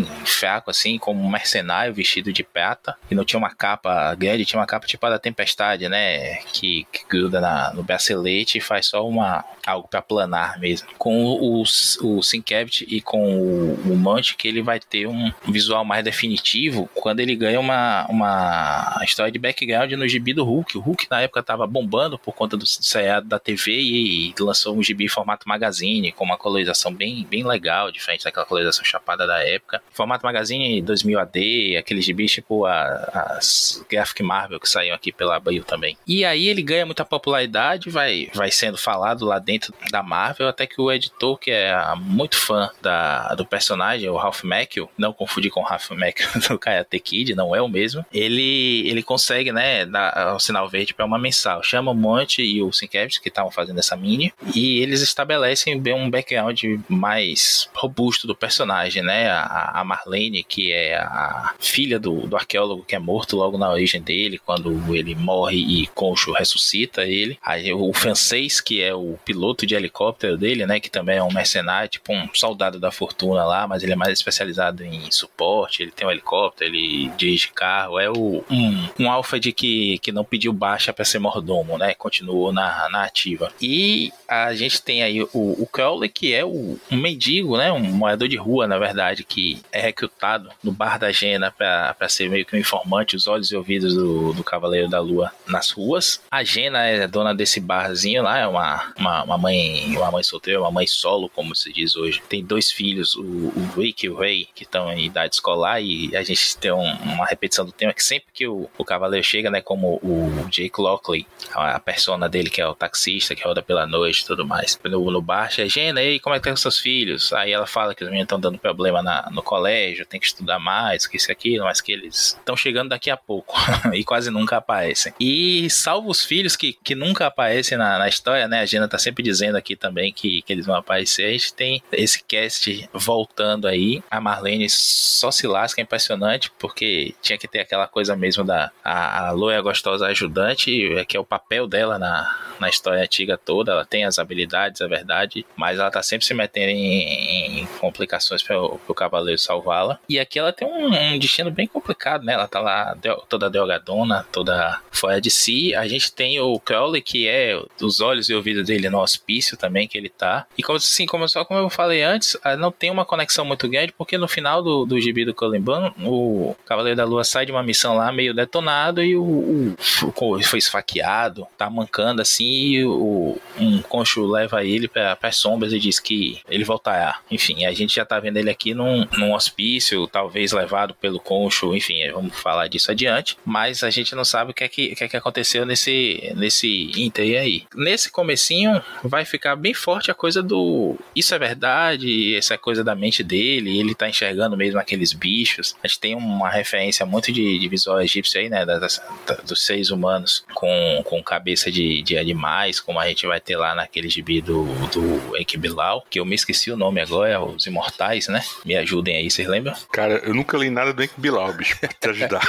bem fraco, assim, como um mercenário vestido de prata, e não tinha uma capa grande, tinha uma capa tipo a da Tempestade, né, que, que gruda na, no bracelete e faz só uma, algo para planar mesmo. Com o, o Sienkiewicz e com o, o Munch, que ele vai ter um visual mais definitivo quando ele ganha uma, uma história de background no gibi do Hulk. O Hulk na época estava bombando por conta do seriado da T V e, e lançou um gibi em formato magazine, com uma colorização bem, bem legal, diferente daquela colorização chapada da época. Formato magazine dois mil A D, aqueles gibis tipo a, as Graphic Marvel que saíam aqui pela Abril também. E aí ele ganha muita popularidade, vai, vai sendo falado lá dentro da Marvel, até que o editor, que é muito fã da, do personagem, o Ralph Macchio, não confundir com o Ralph Macchio do Karate Kid, não é o mesmo, ele, ele consegue, né, dar o sinal verde para uma mensal. Chama o Monte e o Sienkiewicz, que estavam fazendo essa mini, e eles estabelecem bem um background mais robusto do personagem, né? A, a Marlene, que é a filha do, do arqueólogo que é morto logo na origem dele, quando ele morre e Khonshu ressuscita ele. Aí, o francês, que é o piloto de helicóptero dele, né? Que também é um mercenário, tipo um soldado da fortuna lá, mas ele é mais especializado em suporte, ele tem um helicóptero, ele dirige carro, é o, um, um Alfred que, que não pediu baixa para ser mordomo, né? Continuou na, na ativa. E a gente tem aí o, o Crowley, que é o, um mendigo, né? Um morador de rua, na verdade, que é recrutado no bar da Jena para ser meio que um informante, os olhos e ouvidos do, do Cavaleiro da Lua nas ruas. A Jena é dona desse barzinho lá, é uma, uma, uma mãe uma mãe solteira, uma mãe solo, como se diz hoje. Tem dois filhos, o, o Rick e o Ray, que estão em idade escolar, e a gente tem um, uma repetição do tema que sempre que o, o Cavaleiro chega, né, como o Jake Lockley, a, a persona dele, que é o taxista, que roda pela noite e tudo mais. No, no bar, é Jena, e como é que tá com seus filhos? Aí ela fala que os meninos estão dando problema na, no colégio, tem que estudar mais, que isso e aquilo, mas que eles estão chegando daqui a pouco e quase nunca aparecem. E salvo os filhos que, que nunca aparecem na, na história, né? A Jena tá sempre dizendo aqui também que, que eles vão aparecer. A gente tem esse cast voltando aí. A Marlene só se lasca, é impressionante, porque tinha que ter aquela coisa mesmo da a, a loira gostosa ajudante, que é o papel dela na, na história antiga toda. Ela tem as habilidades, é verdade, mas ela tá sempre se metendo em, em complicações para o Cavaleiro salvá-la. E aqui ela tem um, um destino bem complicado, né? Ela tá lá toda delgadona, toda fora de si. A gente tem o Crowley, que é os olhos e ouvidos dele no hospício também, que ele tá. E como assim, como, só como eu falei antes, não tem uma conexão muito grande, porque no final do, do gibi do Cullen Bunn, o Cavaleiro da Lua sai de uma missão lá meio detonado e o, o, o foi esfaqueado, tá mancando assim, e o, um Khonshu leva ele para as sombras e diz que ele voltará. Enfim, a gente já tá vendo ele aqui num, num hospício, talvez levado pelo Khonshu, enfim, vamos falar disso adiante, mas a gente não sabe o que é que, o que, é que aconteceu nesse, nesse inter aí. Nesse comecinho vai ficar bem forte a coisa do isso é verdade, essa coisa da mente dele, ele tá enxergando mesmo aqueles bichos. A gente tem uma referência muito de, de visual egípcio aí, né, das, das, dos seres humanos com, com cabeça de, de animais, como a gente vai ter lá naquele gibi do, do Enki Bilal, que eu me esqueci o nome agora, os Imortais, né? Me ajudem aí, vocês lembram? Cara, eu nunca li nada do Enki Bilal, bicho, pra te ajudar.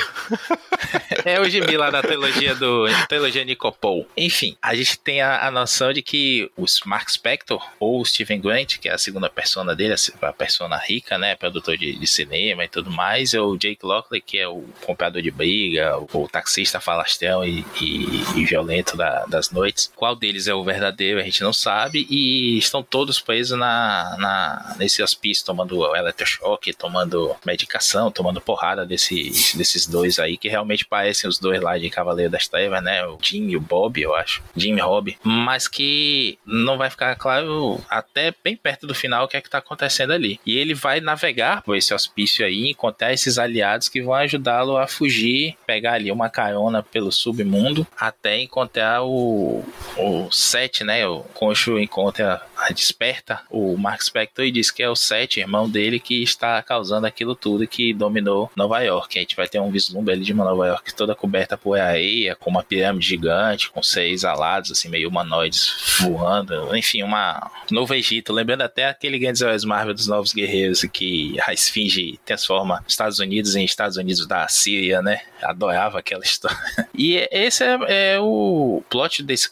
É o gibi lá da trilogia do trilogia Nicopol. Enfim, a gente tem a, a noção de que os Mark Spector ou o Steven Grant, que é a segunda persona dele, a persona rica, né, produtor de, de cinema e tudo mais, é o Jake Lockley, que é o comprador de briga, o, o taxista falastrão e, e, e violento da, das noites. Qual deles é o verdadeiro, a gente não sabe, e estão todos presos na, na, nesse hospício, tomando eletrochoque, tomando medicação, tomando porrada desse, desses dois aí, que realmente parecem os dois lá de Cavaleiro das Trevas, né, o Jim e o Bob, eu acho, Jim e Rob, mas que não vai ficar claro até bem perto do final o que é que tá acontecendo ali. E ele vai navegar por esse hospício aí, encontrar esses aliados que vão ajudá-lo a fugir, pegar ali uma carona pelo submundo, até encontrar o, o Seth, né, o Khonshu encontra, desperta o Mark Spector e diz que é o Seth, irmão dele, que está causando aquilo tudo que dominou Nova York. A gente vai ter um vislumbre ali de uma Nova York toda coberta por areia, com uma pirâmide gigante, com seis alados, assim, meio humanoides voando, enfim, uma Novo Egito, lembrando até aquele Grandes Heróis Marvel dos Novos Guerreiros, que a Esfinge transforma Estados Unidos em Estados Unidos da Síria, né? Adorava aquela história. E esse é, é o plot desse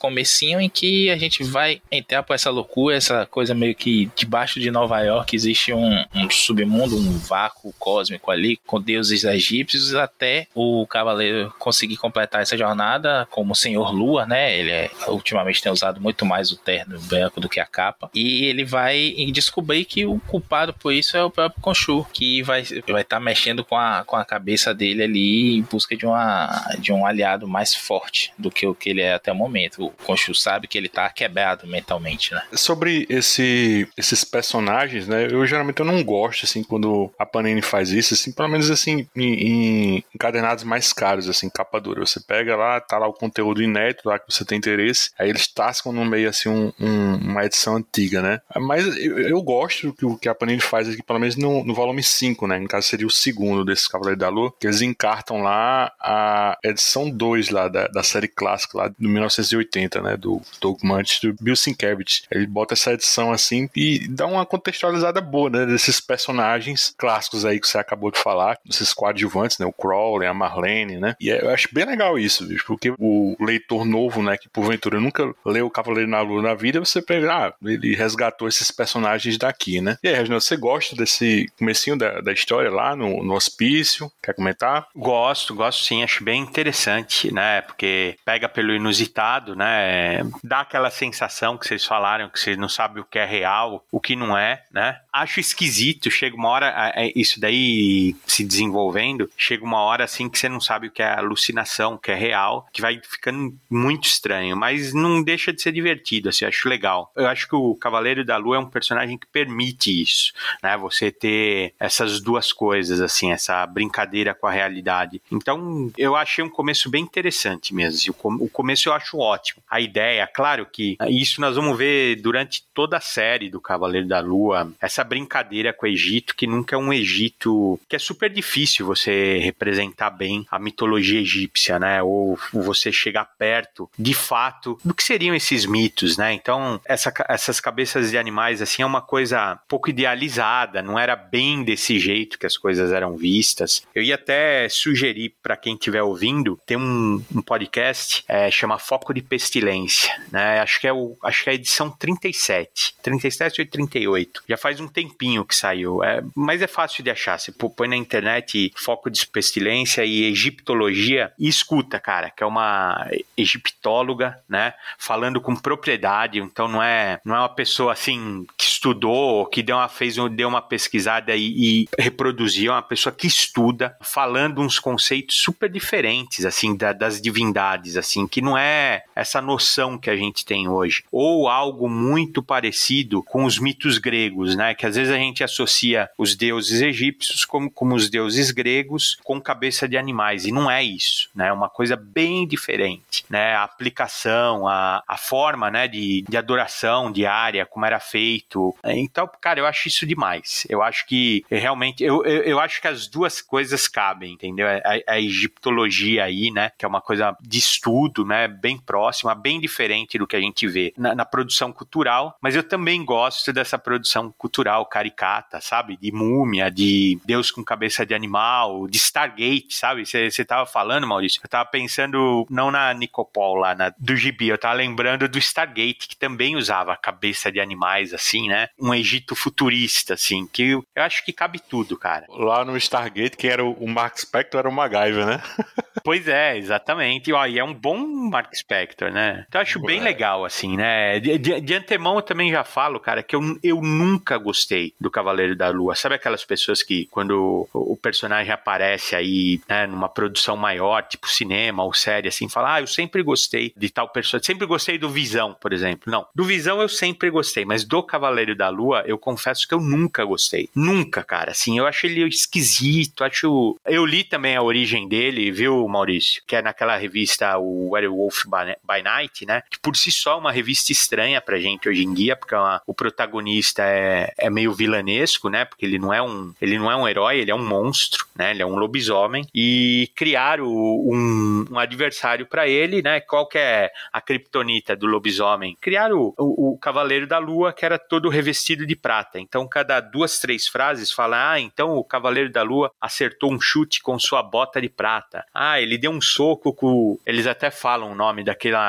comecinho em que a gente vai entrar por essa loucura, essa coisa meio que debaixo de Nova York existe um, um submundo, um vácuo cósmico ali, com deuses egípcios, até o Cavaleiro conseguir completar essa jornada como Senhor Lua, né? Ele é, ultimamente tem usado muito mais o terno branco do que a capa, e ele vai descobrir que o culpado por isso é o próprio Khonshu, que vai vai estar tá mexendo com a, com a cabeça dele ali em busca de, uma, de um aliado mais forte do que o que ele é até o momento. O Khonshu sabe que ele tá quebrado mentalmente, né? Sobre esse, esses personagens, né? Eu geralmente eu não gosto, assim, quando a Panini faz isso, assim, pelo menos assim, em, em encadernados mais caros, assim, capa dura. Você pega lá, tá lá o conteúdo inédito lá que você tem interesse, aí eles tascam no meio, assim, um, um, uma edição antiga, né? Mas eu, eu gosto que o que a Panini faz aqui, pelo menos no, no volume cinco, né? No caso seria o segundo desse Cavaleiro da Lua, que eles encartam lá a edição dois lá da, da série clássica lá de mil novecentos e oitenta, né? Do Doug Manchin, do Bill Sienkiewicz. Ele bota essa edição assim e dá uma contextualizada boa, né? Desses personagens clássicos aí que você acabou de falar, desses coadjuvantes, né? O Crowley, a Marlene, né? E eu acho bem legal isso, bicho, porque o leitor novo, né? Que porventura nunca leu o Cavaleiro da Lua na vida, você pega, ah, ele resgatou esses personagens daqui, né? E aí, Reginaldo, você gosta desse comecinho da, da história lá no, no hospício? Quer comentar? Gosto, gosto sim, acho bem interessante, né? Porque pega pelo inusitado, né? Dá aquela sensação que vocês falaram, que você não sabe o que é real, o que não é, né? Acho esquisito, chega uma hora, isso daí se desenvolvendo, chega uma hora assim que você não sabe o que é alucinação, o que é real, que vai ficando muito estranho, mas não deixa de ser divertido, assim, acho legal. Eu acho que o Cavaleiro da Lua é um personagem que permite isso, né? Você ter essas duas coisas, assim, essa brincadeira com a realidade. Então, eu achei um começo bem interessante mesmo. O começo eu acho ótimo. A ideia, claro que isso nós vamos ver durante toda a série do Cavaleiro da Lua, essa brincadeira com o Egito, que nunca é um Egito, que é super difícil você representar bem a mitologia egípcia, né? Ou você chegar perto, de fato, do que seriam esses mitos, né? Então, essa, essas cabeças de animais, assim, é uma coisa pouco idealizada, não era bem desse jeito que as coisas eram vistas. Eu ia até sugerir para quem estiver ouvindo, tem um, um podcast, é, chama Foco de Pestilência, né? Acho que é o, acho que é a edição trinta e sete, trinta e sete ou trinta e oito. Já faz um tempinho que saiu, é, mas é fácil de achar. Você põe na internet Foco de Pestilência e Egiptologia e escuta, cara, que é uma egiptóloga, né? Falando com propriedade, então não é, não é uma pessoa assim que estudou, que deu uma, fez, deu uma pesquisada e, e reproduziu, é uma pessoa que estuda, falando uns conceitos super diferentes, assim, da, das divindades, assim, que não é essa noção que a gente tem hoje, ou algo muito parecido com os mitos gregos, né, que às vezes a gente associa os deuses egípcios como, como os deuses gregos com cabeça de animais, e não é isso, né, é uma coisa bem diferente, né, a aplicação, a, a forma, né, de, de adoração diária, como era feito, então, cara, eu acho isso demais, eu acho que realmente, eu, eu, eu acho que as duas coisas cabem, entendeu, a, a egiptologia aí, né, que é uma coisa de estudo, né, bem próxima, bem diferente do que a gente vê na, na produção cultural, mas eu também gosto dessa produção cultural caricata, sabe, de múmia, de Deus com cabeça de animal, de Stargate, sabe, você tava falando, Maurício, eu tava pensando, não na Nicopol lá, na, do gibi, eu tava lembrando do Stargate, que também usava cabeça de animais, assim, né, um Egito futurista, assim, que eu, eu acho que cabe tudo, cara. Lá no Stargate, quem era o Mark Spector era o MacGyver, né? Pois é, exatamente. E, ó, e é um bom Mark Spector, né? Então eu acho bem legal, assim, né? De, de, de antemão eu também já falo, cara, que eu, eu nunca gostei do Cavaleiro da Lua. Sabe aquelas pessoas que, quando o, o personagem aparece aí, né, numa produção maior, tipo cinema ou série, assim, fala, ah, eu sempre gostei de tal personagem. Sempre gostei do Visão, por exemplo. Não, do Visão eu sempre gostei, mas do Cavaleiro da Lua, eu confesso que eu nunca gostei. Nunca, cara. Assim, eu acho ele esquisito, acho... Eu li também a origem dele, viu, Maurício? Que é naquela revista, o Werewolf by Night, né? Que por si só é uma revista estranha pra gente hoje em dia, porque uma, o protagonista é, é meio vilanesco, né? Porque ele não é um, ele não é um herói, ele é um monstro, né? Ele é um lobisomem. E criaram um, um adversário pra ele, né? Qual que é a criptonita do lobisomem? Criaram o, o, o Cavaleiro da Lua, que era todo revestido de prata. Então, cada duas, três frases fala, ah, então o Cavaleiro da Lua acertou um chute com sua bota de prata. Ah, ele deu um soco com... Eles até falam o nome daquela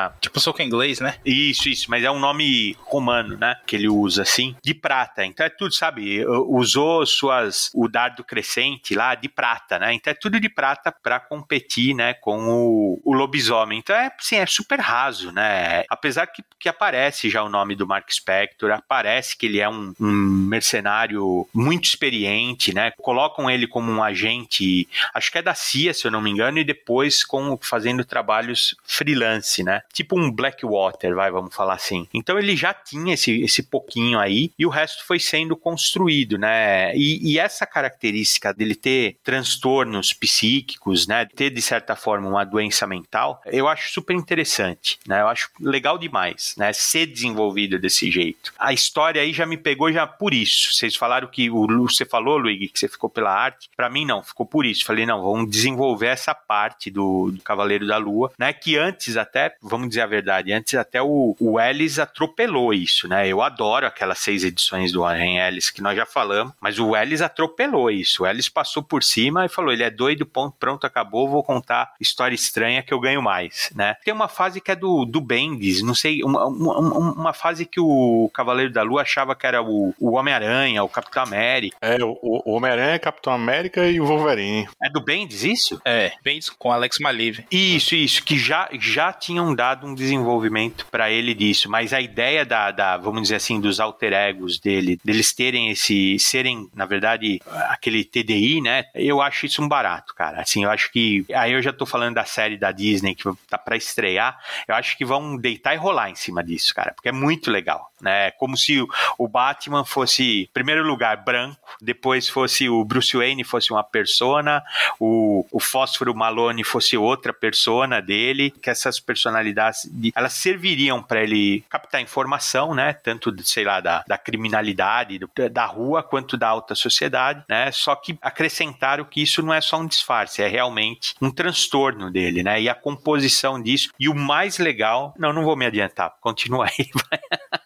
uma... Tipo soco em inglês, né? Isso, isso, mas é um nome romano, né? Que ele usa, assim, de prata. Então é tudo, sabe? Usou suas... o dardo crescente lá de prata, né? Então é tudo de prata pra competir, né? Com o, o lobisomem. Então é, assim, é super raso, né? Apesar que, que aparece já o nome do Mark Spector, aparece que ele é um, um mercenário muito experiente, né? Colocam ele como um agente, acho que é da C I A, se eu não me engano, e depois com, fazendo trabalhos freelance, né? Tipo um Blackwater, vai, vamos falar assim. Então ele já tinha esse, esse pouquinho aí, e o resto foi sendo construído, né? E, e essa característica dele ter transtornos psíquicos, né? Ter, de certa forma, uma doença mental, eu acho super interessante, né? Eu acho legal demais, né? Ser desenvolvido desse jeito. A história aí já me pegou já por isso. Vocês falaram que o você falou, Luigi, que você ficou pela arte. Pra mim, não, ficou por isso. Falei, não, vamos desenvolver essa parte do, do Cavaleiro da Lua, né? Que antes até, vamos dizer a verdade, antes até o, o Ellis atropelou isso, né? Eu adoro aquelas seis edições do Warren Ellis que nós já falamos, mas o Ellis atropelou isso. O Ellis passou por cima e falou, ele é doido, ponto, pronto, acabou, vou contar história estranha que eu ganho mais, né? Tem uma fase que é do, do Bendis, não sei, uma, uma, uma fase que o Cavaleiro da Lua achava que era o, o Homem-Aranha, o Capitão América. É, o, o Homem-Aranha, Capitão América e o Wolverine. É do Bendis isso? É, Bendis com Alex Maleev. Isso, isso, que já, já tinham dado um desenvolvimento pra ele disso, mas a ideia da, da, vamos dizer assim, dos alter egos dele, deles terem esse, serem, na verdade, aquele T D I, né, eu acho isso um barato, cara, assim, eu acho que, aí eu já tô falando da série da Disney que tá pra estrear, eu acho que vão deitar e rolar em cima disso, cara, porque é muito legal, né, como se o, o Batman fosse, em primeiro lugar, branco, depois fosse o Bruce Wayne fosse uma persona, o, o Fósforo Malone fosse outra persona dele, que essas personalidades, elas serviriam para ele captar informação, né, tanto, sei lá, da, da criminalidade, do, da rua, quanto da alta sociedade, né, só que acrescentaram que isso não é só um disfarce, é realmente um transtorno dele, né, e a composição disso, e o mais legal, não, não vou me adiantar, continua aí, vai.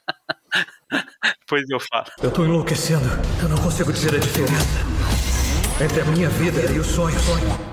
Depois eu falo. Eu tô enlouquecendo. Eu não consigo dizer a diferença entre a minha vida e o sonho. sonho.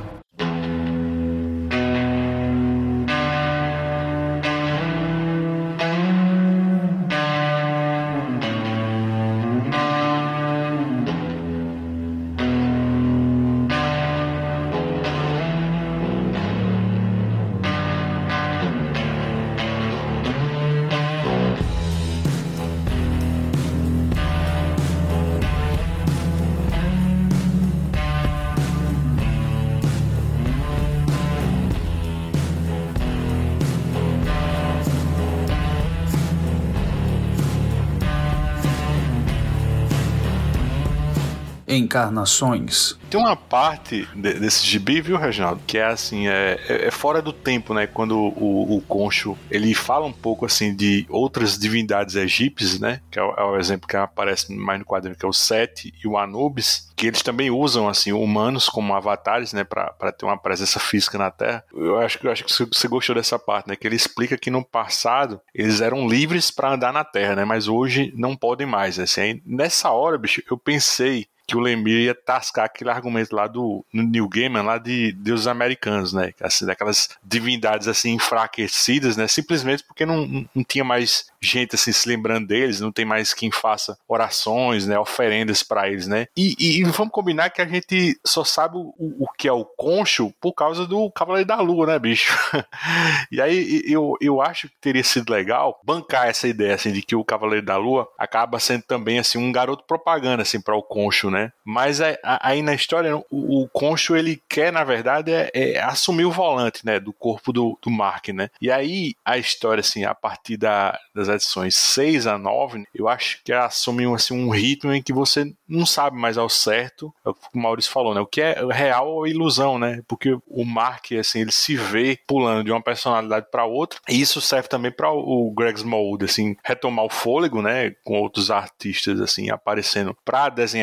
Encarnações. Tem uma parte de, desse gibi, viu, Reginaldo, que é assim, é, é fora do tempo, né, quando o, o Khonshu, ele fala um pouco assim de outras divindades egípcias, né, que é o, é o exemplo que aparece mais no quadrinho, que é o Sete e o Anubis, que eles também usam, assim, humanos como avatares, né, pra, pra ter uma presença física na Terra. Eu acho, eu acho que você gostou dessa parte, né, que ele explica que no passado eles eram livres pra andar na Terra, né, mas hoje não podem mais, assim. Aí, nessa hora, bicho, eu pensei que o Lemire ia tascar aquele argumento lá do no Neil Gaiman, lá de deuses americanos, né? Assim, daquelas divindades assim enfraquecidas, né? Simplesmente porque não, não, não tinha mais gente assim se lembrando deles, não tem mais quem faça orações, né? Oferendas para eles, né? E, e, e vamos combinar que a gente só sabe o, o que é o Khonshu por causa do Cavaleiro da Lua, né, bicho? E aí eu, eu acho que teria sido legal bancar essa ideia assim de que o Cavaleiro da Lua acaba sendo também assim um garoto propaganda assim para o Khonshu, né? Mas aí na história o, o Khonshu ele quer na verdade é, é assumir o volante, né, do corpo do, do Mark, né? E aí a história assim a partir da, das edições seis a nove, eu acho que assume assim, um ritmo em que você não sabe mais ao certo, é o que o Maurício falou, né? O que é real ou ilusão, né? Porque o Mark assim ele se vê pulando de uma personalidade para outra, e isso serve também para o Greg Smallwood assim retomar o fôlego, né, com outros artistas assim aparecendo para desenhar essas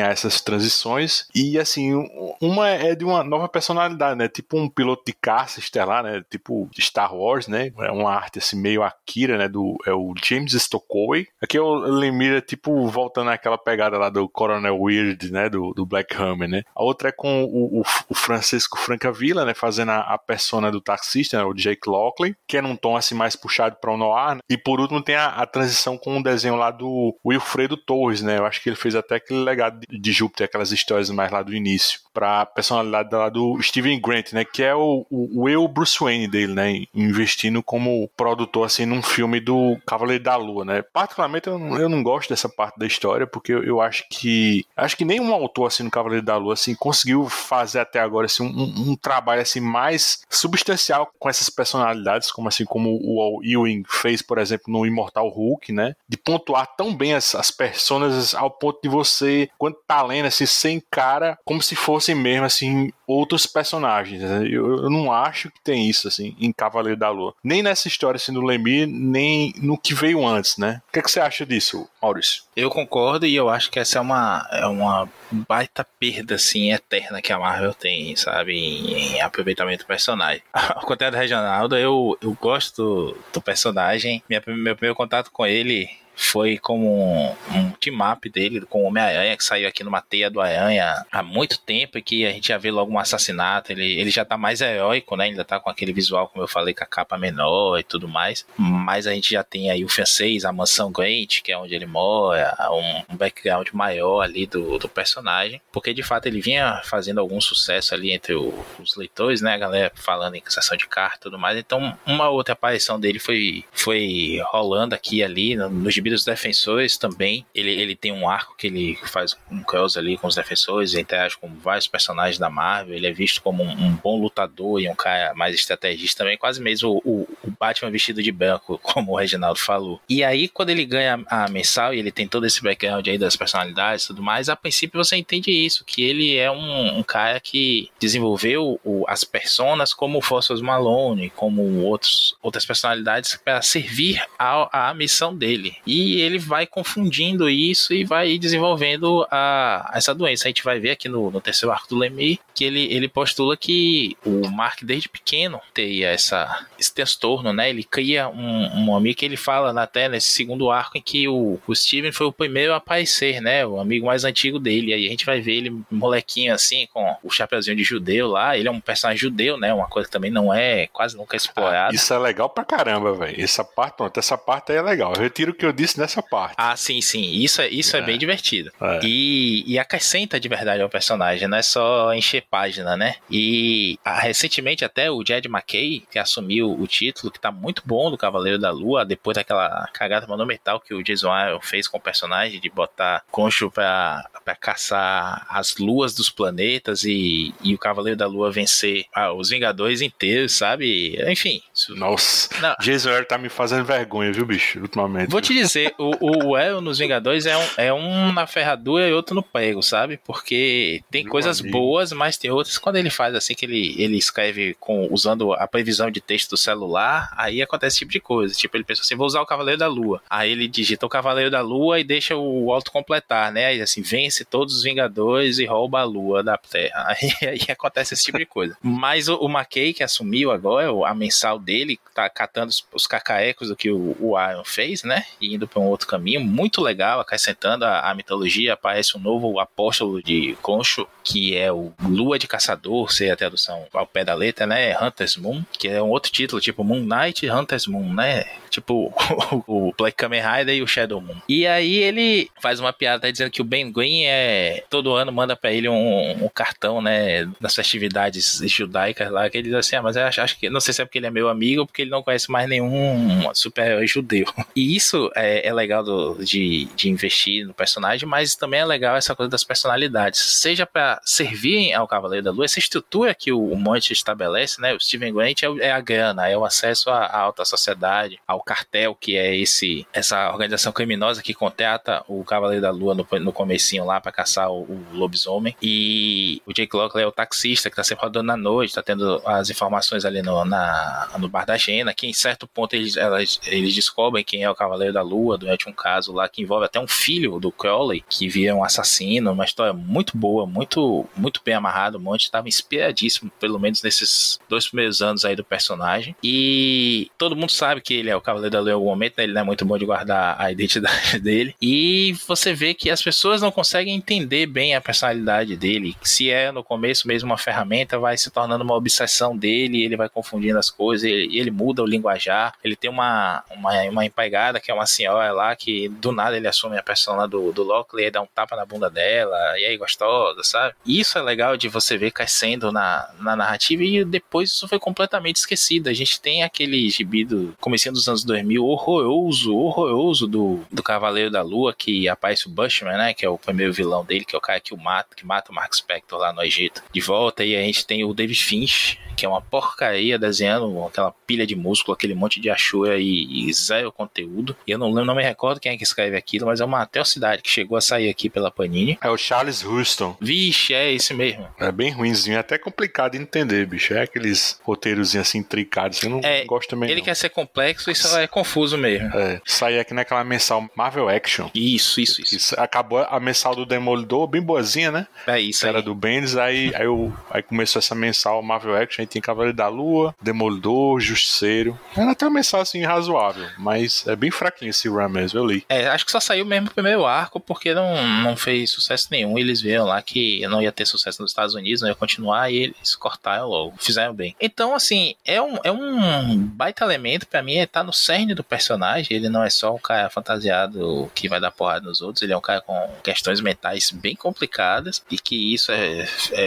transições. E assim, uma é de uma nova personalidade, né? Tipo um piloto de caça estelar, né? Tipo Star Wars, né? É uma arte assim meio Akira, né? Do, é o James Stokoway. Aqui é o Lemire, tipo, voltando àquela pegada lá do Coronel Weird, né? Do, do Black Hammer, né? A outra é com o, o, o Francisco Francavilla, né? Fazendo a, a persona do taxista, né? O Jake Lockley, que é num tom assim mais puxado para o noir, né? E por último tem a, a transição com o desenho lá do Wilfredo Torres, né? Eu acho que ele fez até aquele legado de, de Júpiter, aquelas histórias mais lá do início, pra personalidade lá do Steven Grant, né? Que é o, o, o eu Bruce Wayne dele, né? Investindo como produtor, assim, num filme do Cavaleiro da Lua, né? Particularmente eu não, eu não gosto dessa parte da história, porque eu, eu acho que acho que nenhum autor, assim, no Cavaleiro da Lua, assim, conseguiu fazer até agora, assim, um, um trabalho, assim, mais substancial com essas personalidades, como assim, como o Al Ewing fez, por exemplo, no Imortal Hulk, né? De pontuar tão bem as, as personas ao ponto de você, quando tá lendo, assim, sem cara, como se fossem mesmo, assim, outros personagens. Né? Eu, eu não acho que tem isso, assim, em Cavaleiro da Lua. Nem nessa história, assim, do Lemire, nem no que veio antes, né? O que, é que você acha disso, Maurício? Eu concordo e eu acho que essa é uma, é uma baita perda, assim, eterna que a Marvel tem, sabe? Em, em aproveitamento do personagem. Ao contrário do Reginaldo, eu, eu gosto do, do personagem. Minha, meu primeiro contato com ele foi como um, um team-up dele com o Homem-Aranha, que saiu aqui numa teia do Aranha há muito tempo, e que a gente já vê logo um assassinato. Ele, ele já tá mais heróico, né? Ele ainda tá com aquele visual, como eu falei, com a capa menor e tudo mais, mas a gente já tem aí o francês, a mansão Grant, que é onde ele mora, um, um background maior ali do, do personagem, porque de fato ele vinha fazendo algum sucesso ali entre o, os leitores, né? A galera falando em sessão de carta e tudo mais. Então uma outra aparição dele foi, foi rolando aqui e ali no, no gibi dos Defensores também. Ele, ele tem um arco que ele faz um cross ali com os Defensores, interage com vários personagens da Marvel. Ele é visto como um, um bom lutador e um cara mais estrategista também, quase mesmo o, o, o Batman vestido de branco, como o Reginaldo falou. E aí, quando ele ganha a mensal e ele tem todo esse background aí das personalidades e tudo mais, a princípio você entende isso, que ele é um, um cara que desenvolveu o, as personas como o Foster Malone, como outros, outras personalidades para servir à, à missão dele. E ele vai confundindo isso e vai desenvolvendo a, essa doença. A gente vai ver aqui no, no terceiro arco do Lemire que ele, ele postula que o Mark desde pequeno teria essa, esse transtorno, né? Ele cria um, um amigo que ele fala até nesse segundo arco em que o, o Steven foi o primeiro a aparecer, né? O amigo mais antigo dele. E aí a gente vai ver ele molequinho assim, com o chapeuzinho de judeu lá. Ele é um personagem judeu, né? Uma coisa que também não é, quase nunca explorada. Ah, isso é legal pra caramba, velho. Essa parte, pronto, essa parte aí é legal. Eu retiro o que eu disse nessa parte. Ah, sim, sim. Isso é, isso é. é bem divertido. É. E, e acrescenta de verdade ao personagem, não é só encher página, né? E ah, recentemente até o Jed McKay, que assumiu o título, que tá muito bom do Cavaleiro da Lua, depois daquela cagada monumental que o Jason Aaron fez com o personagem, de botar Khonshu pra, pra caçar as luas dos planetas e, e o Cavaleiro da Lua vencer ah, os Vingadores inteiros, sabe? Enfim. Nossa, não. Jason Aaron tá me fazendo vergonha, viu, bicho, ultimamente. Vou te dizer, o, o Aaron nos Vingadores é um, é um na ferradura e outro no prego, sabe? Porque tem Meu coisas amigo. boas, mas tem outras. Quando ele faz assim, que ele, ele escreve com, usando a previsão de texto do celular, aí acontece esse tipo de coisa. Tipo, ele pensa assim, vou usar o Cavaleiro da Lua. Aí ele digita o Cavaleiro da Lua e deixa o autocompletar, né? Aí assim, vence todos os Vingadores e rouba a Lua da Terra. Aí, aí acontece esse tipo de coisa. Mas o, o McKay, que assumiu agora, a mensal dele, tá catando os, os cacaecos do que o, o Aaron fez, né? E indo para um outro caminho, muito legal, acrescentando a, a mitologia. Aparece um novo apóstolo de Khonshu, que é o Lua de Caçador, se é a tradução ao pé da letra, né? Hunter's Moon, que é um outro título, tipo Moon Knight e Hunter's Moon, né? Tipo o Black Kamen Rider e o Shadow Moon. E aí ele faz uma piada dizendo que o Ben Green é, todo ano manda pra ele um, um cartão, né, das festividades judaicas lá, que ele diz assim, ah, mas eu acho, acho que, não sei se é porque ele é meu amigo ou porque ele não conhece mais nenhum super-herói judeu. E isso é, é legal do, de, de investir no personagem, mas também é legal essa coisa das personalidades, seja pra para servirem ao Cavaleiro da Lua, essa estrutura que o Monte estabelece, né? O Steven Grant é, é a grana, é o acesso à, à alta sociedade, ao cartel, que é esse, essa organização criminosa que contrata o Cavaleiro da Lua no, no comecinho lá para caçar o, o lobisomem. E o Jake Lockley é o taxista que tá sempre rodando na noite, tá tendo as informações ali no, na, no bar da Jenna, que em certo ponto eles, elas, eles descobrem quem é o Cavaleiro da Lua durante um caso lá que envolve até um filho do Crowley, que vira um assassino, uma história muito boa, muito, muito bem amarrada. O Monte estava inspiradíssimo, pelo menos nesses dois primeiros anos aí do personagem. E todo mundo sabe que ele é o Cavaleiro da Lua em algum momento, né? Ele não é muito bom de guardar a identidade dele. E você vê que as pessoas não conseguem entender bem a personalidade dele. Se é no começo mesmo uma ferramenta, vai se tornando uma obsessão dele, ele vai confundindo as coisas, ele, ele muda o linguajar. Ele tem uma, uma, uma empregada que é uma senhora lá, que do nada ele assume a persona do, do Lockley, dá um tapa na bunda dela, e aí gostosa, sabe? Isso é legal de você ver crescendo na, na narrativa, e depois isso foi completamente esquecido. A gente tem aquele gibi do comecinho dos anos dois mil, horroroso, horroroso do, do Cavaleiro da Lua, que aparece o Bushman, né, que é o primeiro vilão dele, que é o cara que o mata, que mata o Mark Spector lá no Egito. De volta, e a gente tem o David Finch, que é uma porcaria desenhando aquela pilha de músculo, aquele monte de achura e, e zero conteúdo. E eu não lembro, não me recordo quem é que escreve aquilo, mas é uma atrocidade que chegou a sair aqui pela Panini. É o Charles Houston. Vixe, é esse mesmo. É bem ruinzinho, é até complicado de entender, bicho. É aqueles roteiros assim intricados, eu não é, gosto também. Ele não. quer ser complexo e só é confuso mesmo. É, sair aqui naquela mensal Marvel Action. Isso, isso, isso. isso acabou a mensal do Demolidor, bem boazinha, né? É isso aí. Era do Bendis, aí, aí, eu, aí começou essa mensal Marvel Action, aí tem Cavaleiro da Lua, Demolidor, Justiceiro. Era até uma mensal assim razoável, mas é bem fraquinho esse run mesmo, eu li. É, acho que só saiu mesmo o primeiro arco, porque não, não fez sucesso nenhum. Eles viram lá que não ia ter sucesso nos Estados Unidos, não ia continuar, e eles cortaram logo, fizeram bem. Então, assim, é um, é um baita elemento, pra mim, é tá no cerne do personagem. Ele não é só um cara fantasiado que vai dar porrada nos outros, ele é um cara com questões mentais bem complicadas, e que isso é,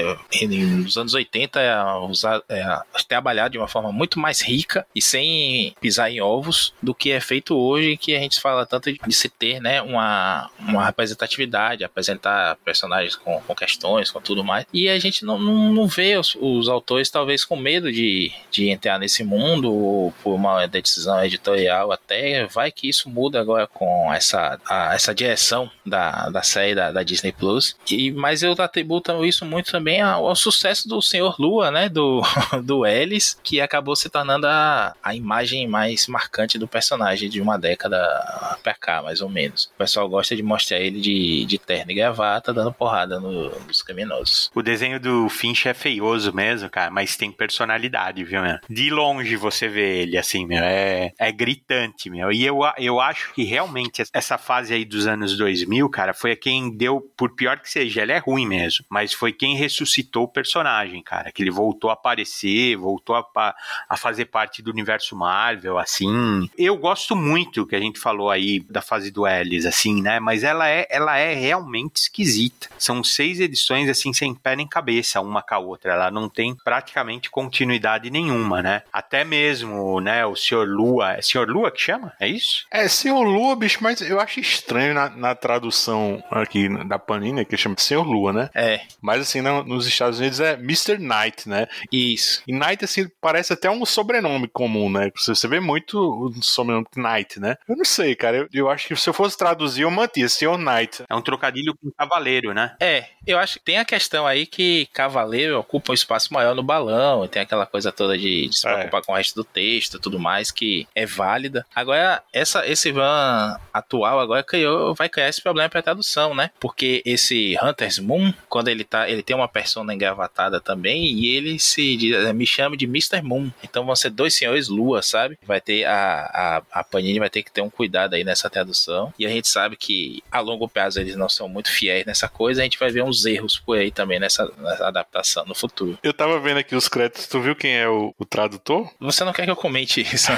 é nos anos oitenta é, usado, é trabalhado de uma forma muito mais rica e sem pisar em ovos do que é feito hoje, que a gente fala tanto de se ter, né, uma, uma representatividade, apresentar personagens com, com questões, com tudo mais, e a gente não, não, não vê os, os autores talvez com medo de, de entrar nesse mundo, ou por uma decisão editorial até, vai que isso muda agora com essa, a, essa direção da, da série da, da Disney Plus, e, mas eu atributo isso muito também ao, ao sucesso do Senhor Lua, né, do, do Ellis, que acabou se tornando a, a imagem mais marcante do personagem de uma década pra cá, mais ou menos. O pessoal gosta de mostrar ele de, de terno e gravata, dando porrada no, nos criminosos. O desenho do Finch é feioso mesmo, cara, mas tem personalidade, viu, meu? De longe você vê ele, assim, meu, é, é gritante, meu. E eu, eu acho que realmente essa fase aí dos anos dois mil, cara, foi quem deu, por pior que seja, ele é ruim mesmo, mas foi quem ressuscitou o personagem, cara, que ele voltou a aparecer, voltou a, a fazer parte do universo Marvel, assim. Eu gosto muito que a gente falou aí da fase do Ellis, assim, né, mas ela é, ela é realmente esquisita. São seis edições, assim, sem pé nem cabeça, uma com a outra. Ela não tem praticamente continuidade nenhuma, né? Até mesmo, né, o Senhor Lua, é Senhor Lua que chama? É isso? É, Senhor Lua, bicho, mas eu acho estranho na, na tradução aqui da Panini, que chama Senhor Lua, né? É. Mas assim, não, nos Estados Unidos é mister Knight, né? Isso. E Knight, assim, parece até um sobrenome comum, né? Você vê muito o sobrenome Knight, né? Eu não sei, cara. Eu, eu acho que se eu fosse traduzir, eu mantia Senhor Knight. É um trocadilho com cavaleiro, né? É, eu acho que tem a questão aí que cavaleiro ocupa um espaço maior no balão, e tem aquela coisa toda de, de se preocupar é. com o resto do texto e tudo mais, que é válida. Agora, essa, esse van atual agora criou, vai criar esse problema pra tradução, né? Porque esse Hunter's Moon, quando ele tá, ele tem uma persona engravatada também, e ele se diz, me chama de mister Moon. Então vão ser dois senhores lua, sabe? Vai ter a, a, a Panini vai ter que ter um cuidado aí nessa tradução. E a gente sabe que a longo prazo eles não são muito fiéis nessa coisa, a gente vai ver uns erros por aí também nessa, nessa adaptação no futuro. Eu tava vendo aqui os créditos, tu viu quem é o, o tradutor? Você não quer que eu comente isso?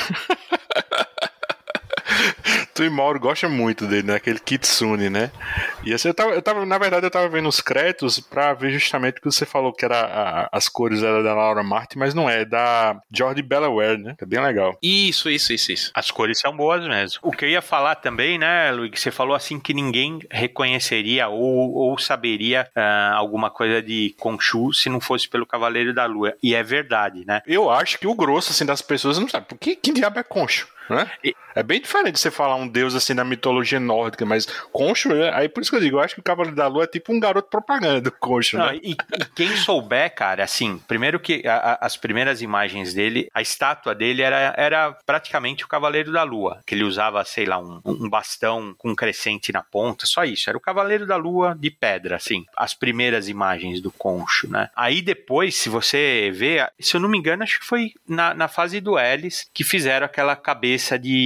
Tu e Mauro gostam muito dele, né? Aquele Kitsune, né? E assim, eu tava, eu tava, na verdade, eu tava vendo os créditos pra ver justamente o que você falou, que era a, as cores era da Laura Martin, mas não é, é da Jordi Belair, né? Que é bem legal. Isso, isso, isso, isso. As cores são boas mesmo. O que eu ia falar também, né, Luiz, você falou assim que ninguém reconheceria ou, ou saberia uh, alguma coisa de Khonshu se não fosse pelo Cavaleiro da Lua. E é verdade, né? Eu acho que o grosso, assim, das pessoas não sabe. Por que, que diabo é Khonshu? Né? É bem diferente de você falar um deus assim da mitologia nórdica, mas Khonshu, né? Aí por isso que eu digo, eu acho que o Cavaleiro da Lua é tipo um garoto propaganda do Khonshu, Não, né? E, e quem souber, cara, assim, primeiro que a, a, as primeiras imagens dele, a estátua dele era, era praticamente o Cavaleiro da Lua, que ele usava, sei lá, um, um bastão com um crescente na ponta, só isso, era o Cavaleiro da Lua de pedra, assim, as primeiras imagens do Khonshu, né? Aí depois, se você vê, se eu não me engano, acho que foi na, na fase do Elis que fizeram aquela cabeça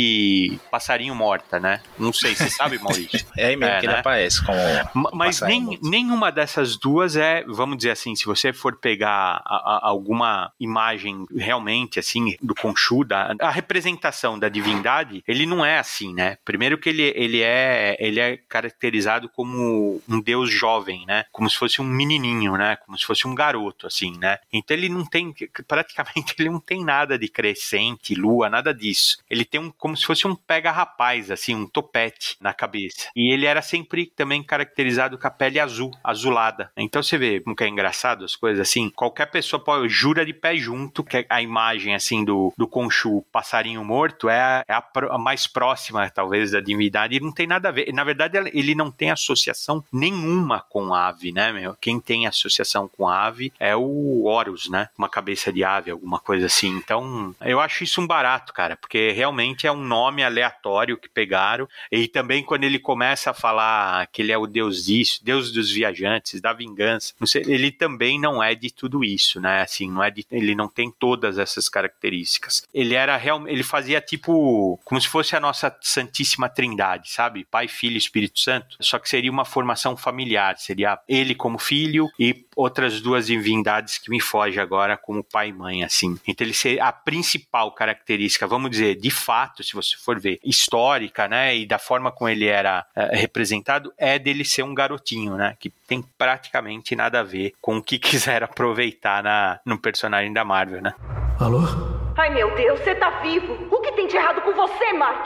de passarinho morta, né? Não sei, você sabe, Maurício? É aí mesmo é, que né? ele aparece como Mas nem, nenhuma dessas duas é, vamos dizer assim, se você for pegar a, a, alguma imagem realmente, assim, do Khonshu, da, a representação da divindade, ele não é assim, né? Primeiro que ele, ele, é, ele é caracterizado como um deus jovem, né? Como se fosse um menininho, né? Como se fosse um garoto, assim, né? Então ele não tem, praticamente ele não tem nada de crescente, lua, nada disso. Ele tem um, como se fosse um pega-rapaz, assim, um topete na cabeça. E ele era sempre também caracterizado com a pele azul, azulada. Então você vê como que é engraçado as coisas, assim, qualquer pessoa pode, jura de pé junto que a imagem, assim, do, do Khonshu, passarinho morto, é, a, é a, a mais próxima, talvez, da divindade, e não tem nada a ver. Na verdade, ele não tem associação nenhuma com ave, né, meu? Quem tem associação com ave é o Horus, né? Uma cabeça de ave, alguma coisa assim. Então, eu acho isso um barato, cara, porque realmente é um nome aleatório que pegaram, e também quando ele começa a falar que ele é o deus disso, deus dos viajantes, da vingança, não sei, ele também não é de tudo isso, né, assim, não é de, ele não tem todas essas características. Ele era realmente, ele fazia tipo, como se fosse a nossa Santíssima Trindade, sabe, Pai, Filho e Espírito Santo, só que seria uma formação familiar, seria ele como filho e outras duas divindades que me fogem agora como pai e mãe, assim. Então ele seria a principal característica, vamos dizer, de fato, se você for ver, histórica, né, e da forma como ele era é, representado, é dele ser um garotinho, né, que tem praticamente nada a ver com o que quiser aproveitar na, no personagem da Marvel, né. Alô? Ai, meu Deus, você tá vivo! O que tem de errado com você, Mark?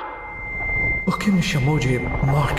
Por que me chamou de Mark?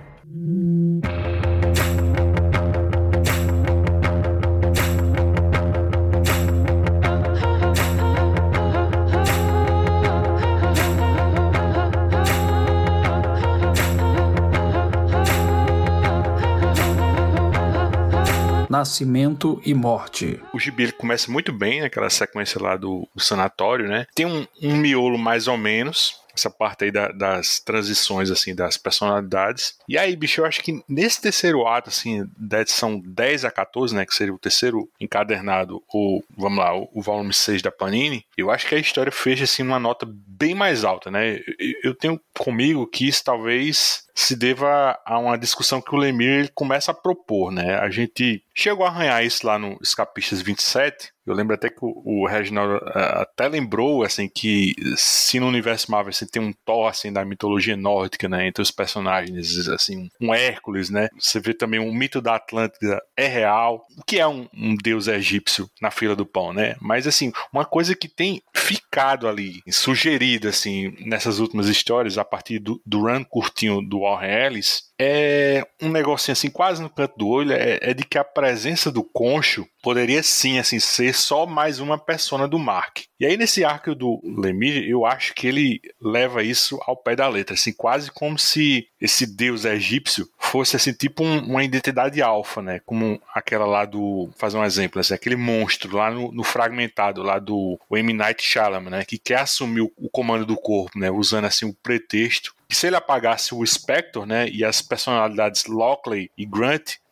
Nascimento e morte. O gibi ele começa muito bem, naquela sequência lá do, do sanatório, né? Tem um, um miolo mais ou menos, essa parte aí da, das transições, assim, das personalidades. E aí, bicho, eu acho que nesse terceiro ato, assim, da edição dez a catorze, né, que seria o terceiro encadernado, ou, vamos lá, o, o volume seis da Panini, eu acho que a história fecha, assim, uma nota bem mais alta, né? Eu, eu tenho comigo que isso talvez se deva a uma discussão que o Lemire ele começa a propor, né? A gente chegou a arranhar isso lá no Escapistas vinte e sete. Eu lembro até que o, o Reginaldo uh, até lembrou, assim, que se no universo Marvel assim, tem um Thor, assim, da mitologia nórdica, né, entre os personagens, assim, um Hércules, né, você vê também o mito da Atlântida é real, o que é um, um deus egípcio na fila do pão, né, mas, assim, uma coisa que tem ficado ali, sugerido, assim, nessas últimas histórias, a partir do, do run curtinho do Warren Ellis, é um negocinho assim, quase no canto do olho, é, é de que a presença do Khonshu poderia sim, assim, ser só mais uma persona do Mark. E aí nesse arco do Lemire, eu acho que ele leva isso ao pé da letra, assim, quase como se esse deus egípcio fosse, assim, tipo um, uma identidade alfa, né, como aquela lá do, fazer um exemplo, assim, aquele monstro lá no, no Fragmentado, lá do M. Night Shyamalan, né, que quer assumir o, o comando do corpo, né, usando, assim, o pretexto que se ele apagasse o Spectre, né, e as personalidades Lockley e Grant,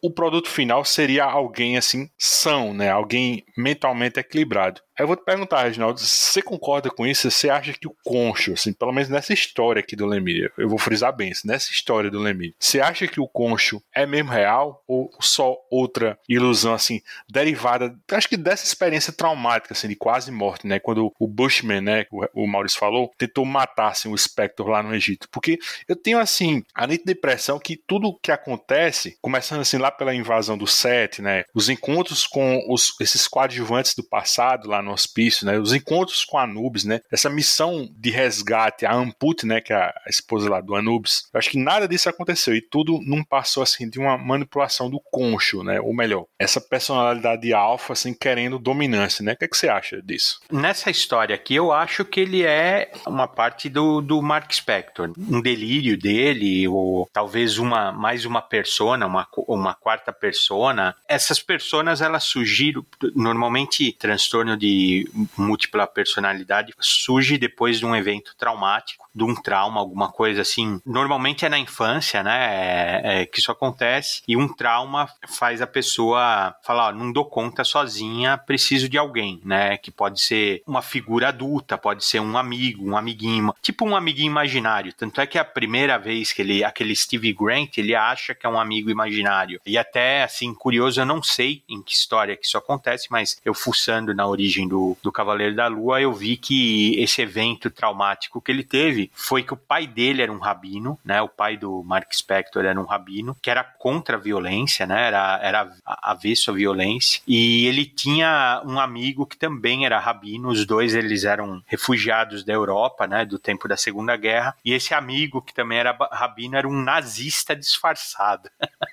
o produto final seria alguém assim são, né? Alguém mentalmente equilibrado. Aí eu vou te perguntar, Reginaldo, você concorda com isso? Você acha que o Khonshu, assim, pelo menos nessa história aqui do Lemire, eu vou frisar bem, assim, nessa história do Lemire, você acha que o Khonshu é mesmo real ou só outra ilusão, assim, derivada, acho que dessa experiência traumática, assim, de quase morte, né? Quando o Bushman, né, o, o Maurício falou, tentou matar, assim, o Spectre lá no Egito. Porque eu tenho, assim, a nítida impressão que tudo que acontece, começando, assim, lá pela invasão do Set, né? Os encontros com os, esses coadjuvantes do passado lá no hospício, né? Os encontros com Anubis, né? Essa missão de resgate, a Amput, né? Que é a esposa lá do Anubis. Eu acho que nada disso aconteceu e tudo não passou, assim, de uma manipulação do Khonshu, né? Ou melhor, essa personalidade alfa, assim, querendo dominância, né? O que, é que você acha disso? Nessa história aqui, eu acho que ele é uma parte do, do Mark Spector. Um delírio dele, ou talvez uma, mais uma persona, uma, uma quarta persona. Essas personas, elas surgiram, normalmente, transtorno de múltipla personalidade surge depois de um evento traumático, de um trauma, alguma coisa assim. Normalmente é na infância, né, é, é, que isso acontece, e um trauma faz a pessoa falar, ó, não dou conta sozinha, preciso de alguém, né, que pode ser uma figura adulta, pode ser um amigo, um amiguinho, tipo um amiguinho imaginário. Tanto é que a primeira vez que ele, aquele Steve Grant, ele acha que é um amigo imaginário. E até, assim, curioso, eu não sei em que história que isso acontece, mas eu fuçando na origem do, do Cavaleiro da Lua, eu vi que esse evento traumático que ele teve foi que o pai dele era um rabino, né? O pai do Mark Spector era um rabino, que era contra a violência, né? Era, era avesso à violência. E ele tinha um amigo que também era rabino, os dois eles eram refugiados da Europa, né? Do tempo da Segunda Guerra. E esse amigo, que também era rabino, era um nazista disfarçado.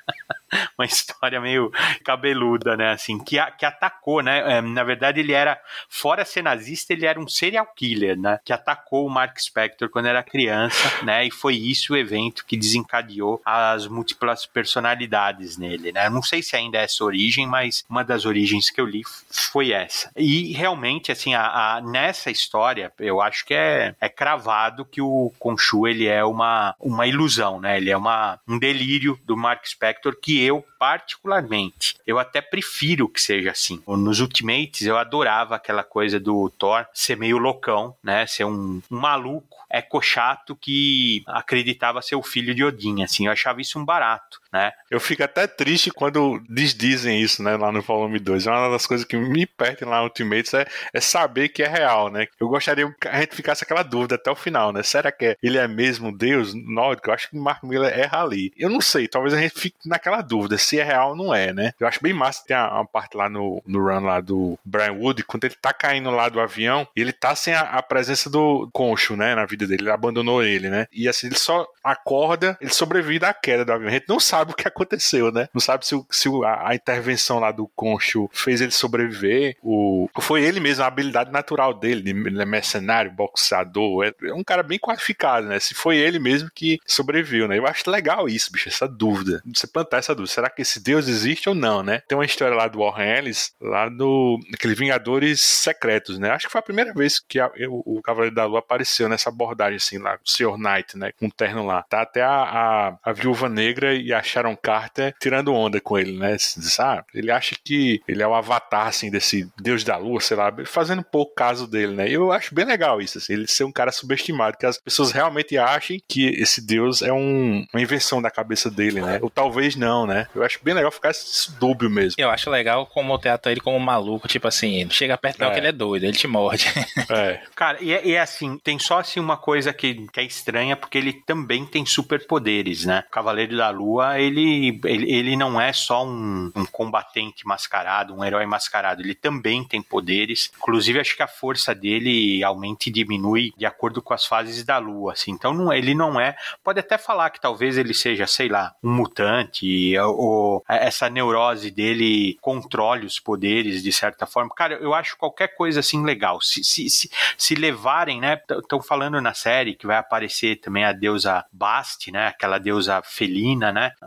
Uma história meio cabeluda, né, assim, que, a, que atacou, né, na verdade ele era, fora ser nazista, ele era um serial killer, né, que atacou o Mark Spector quando era criança, né, e foi isso o evento que desencadeou as múltiplas personalidades nele, né, eu não sei se ainda é essa origem, mas uma das origens que eu li foi essa, e realmente, assim, a, a, nessa história, eu acho que é, é cravado que o Khonshu, ele é uma, uma ilusão, né, ele é uma, um delírio do Mark Spector, que eu, particularmente, eu até prefiro que seja assim. Nos Ultimates, eu adorava aquela coisa do Thor ser meio loucão, né? Ser um, um maluco, eco-chato que acreditava ser o filho de Odin, assim. Eu achava isso um barato, né? Eu fico até triste quando desdizem isso, né? Lá no volume dois. É uma das coisas que me perdem lá no Ultimates é, é saber que é real, né? Eu gostaria que a gente ficasse aquela dúvida até o final, né? Será que é, ele é mesmo Deus nórdico? Eu acho que o Mark Miller erra ali. Eu não sei, talvez a gente fique naquela dúvida se é real ou não é, né? Eu acho bem massa. Tem uma parte lá no, no run lá do Brian Wood, quando ele tá caindo lá do avião, e ele tá sem a, a presença do Khonshu, né? Na vida dele, ele abandonou ele, né? E assim, ele só acorda, ele sobrevive à queda do avião. A gente não sabe o que aconteceu, né? Não sabe se, o, se a, a intervenção lá do Khonshu fez ele sobreviver, o, foi ele mesmo, a habilidade natural dele, ele é mercenário, boxeador, é um cara bem qualificado, né? Se foi ele mesmo que sobreviveu, né? Eu acho legal isso, bicho, essa dúvida. Você plantar essa dúvida, será que esse Deus existe ou não, né? Tem uma história lá do Warren Ellis, lá do aquele Vingadores Secretos, né? Acho que foi a primeira vez que a, o, o Cavaleiro da Lua apareceu nessa abordagem assim lá, o senhor Knight, né? Com um terno lá. Tá até a, a, a Viúva Negra e a Sharon Carter tirando onda com ele, né? Sabe? Ele acha que ele é o avatar, assim, desse Deus da Lua, sei lá, fazendo um pouco caso dele, né? Eu acho bem legal isso, assim, ele ser um cara subestimado, que as pessoas realmente achem que esse Deus é um, uma invenção da cabeça dele, né? Ou talvez não, né? Eu acho bem legal ficar esse dúbio mesmo. Eu acho legal como trata ele como maluco, tipo assim, chega perto não é. que ele é doido, ele te morde. É. Cara, e é, e é assim, tem só assim uma coisa que, que é estranha, porque ele também tem superpoderes, né? O Cavaleiro da Lua, ele, ele, ele não é só um, um combatente mascarado, um herói mascarado, ele também tem poderes, inclusive acho que a força dele aumenta e diminui de acordo com as fases da Lua, assim, então não, ele não é, pode até falar que talvez ele seja, sei lá, um mutante, ou, ou essa neurose dele controle os poderes de certa forma. Cara, eu acho qualquer coisa assim legal. Se, se, se, se levarem, né? Estão falando na série que vai aparecer também a deusa Bast, né? Aquela deusa felina, né?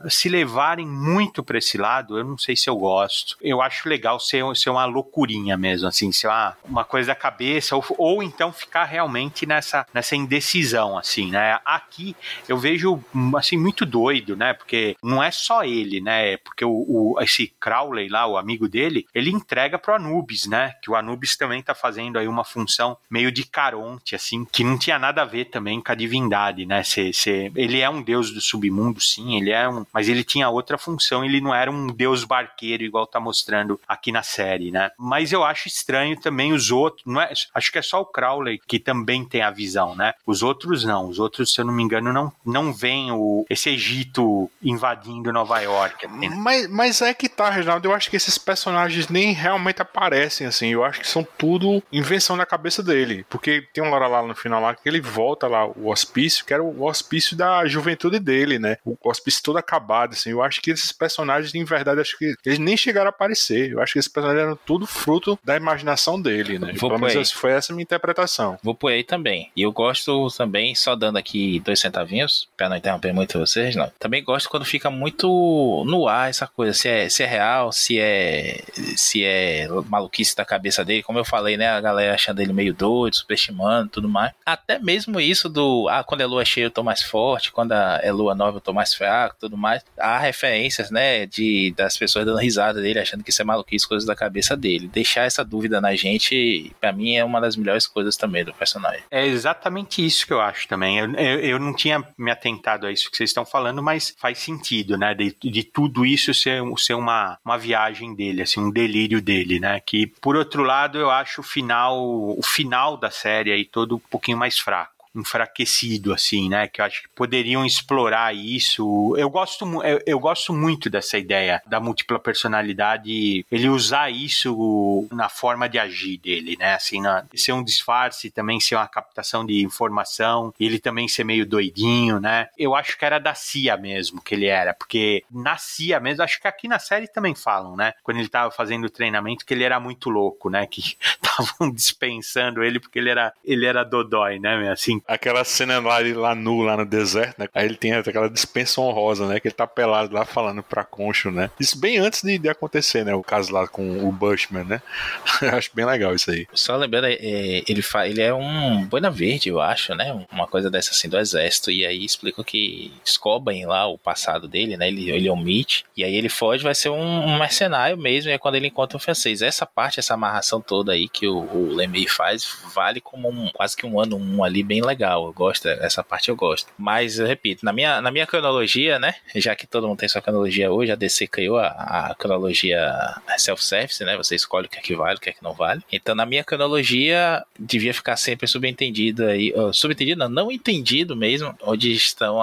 se levarem muito pra esse lado, eu não sei se eu gosto. Eu acho legal ser, ser uma loucurinha mesmo, assim, ser uma, uma coisa da cabeça, ou, ou então ficar realmente nessa, nessa indecisão, assim, né? Aqui eu vejo, assim, muito doido, né? Porque não é só ele, né? Porque o, o, esse Crowley lá, o amigo dele, ele entrega pro Anubis, né? Que o Anubis também tá fazendo aí uma função meio de Caronte, assim, que não tinha nada a ver também com a divindade, né? Se, se, ele é um deus do submundo, sim, ele é um, mas ele tinha outra função, ele não era um deus barqueiro igual tá mostrando aqui na série, né? Mas eu acho estranho também os outros, não é, acho que é só o Crowley que também tem a visão, né? Os outros não, os outros, se eu não me engano, não, não veem o, esse Egito invadindo Nova York. Assim, né? Mas, mas é que tá, Reginaldo, eu acho que esses personagens nem realmente aparecem, assim, eu acho que são tudo invenção na cabeça dele, porque tem uma hora lá no final lá que ele volta lá, o hospício, que era o hospício da juventude dele, né? O hospício todo acabado, assim, eu acho que esses personagens, em verdade, acho que eles nem chegaram a aparecer, eu acho que esses personagens eram tudo fruto da imaginação dele, né? Vou Pelo menos foi essa a minha interpretação. Vou por aí também. E eu gosto também, só dando aqui dois centavinhos, pra não interromper muito vocês, não. Também gosto quando fica muito no ar essa coisa, se é, se é real, se é, se é maluquice da cabeça dele, como eu falei, né? A galera achando ele meio doido, superestimando, tudo mais. Até mesmo isso do, ah, quando é lua cheia eu tô mais forte, quando é lua nova eu tô mais fraco, tudo mais. Há referências, né, de, das pessoas dando risada dele, achando que isso é maluquice, coisas da cabeça dele. Deixar essa dúvida na gente, pra mim, é uma das melhores coisas também do personagem. É exatamente isso que eu acho também. Eu, eu, eu não tinha me atentado a isso que vocês estão falando, mas faz sentido, né, de, de tudo isso ser, ser uma, uma viagem dele, assim, um delírio dele, né, que, por outro lado, eu acho o final, o final da série aí todo um pouquinho mais fraco, enfraquecido, assim, né, que eu acho que poderiam explorar isso. Eu gosto, eu, eu gosto muito dessa ideia da múltipla personalidade, ele usar isso na forma de agir dele, né, assim, na, ser um disfarce, também ser uma captação de informação, ele também ser meio doidinho, né, eu acho que era da C I A mesmo, que ele era, porque na C I A mesmo, acho que aqui na série também falam, né, quando ele tava fazendo o treinamento, que ele era muito louco, né, que estavam dispensando ele porque ele era, ele era dodói, né, assim. Aquela cena lá, ele lá nu, lá no deserto, né? Aí ele tem aquela dispensa honrosa, né? Que ele tá pelado lá falando pra Concho, né? Isso bem antes de, de acontecer, né? O caso lá com o Bushman, né? Eu acho bem legal isso aí. Só lembrando, é, ele, fa, ele é um boina verde, eu acho, né? Uma coisa dessa assim do exército. E aí explica que descobrem lá o passado dele, né? Ele, ele omite. E aí ele foge, vai ser um, um mercenário mesmo. E é quando ele encontra o francês. Essa parte, essa amarração toda aí que o, o Lemay faz, vale como um, quase que um ano um ali bem legal. Eu gosto, essa parte eu gosto. Mas, eu repito, na minha, na minha cronologia, né? Já que todo mundo tem sua cronologia hoje, a D C criou a, a cronologia self-service, né? Você escolhe o que é que vale, o que é que não vale. Então, na minha cronologia, devia ficar sempre subentendido aí. Uh, subentendido, não, não entendido mesmo, onde estão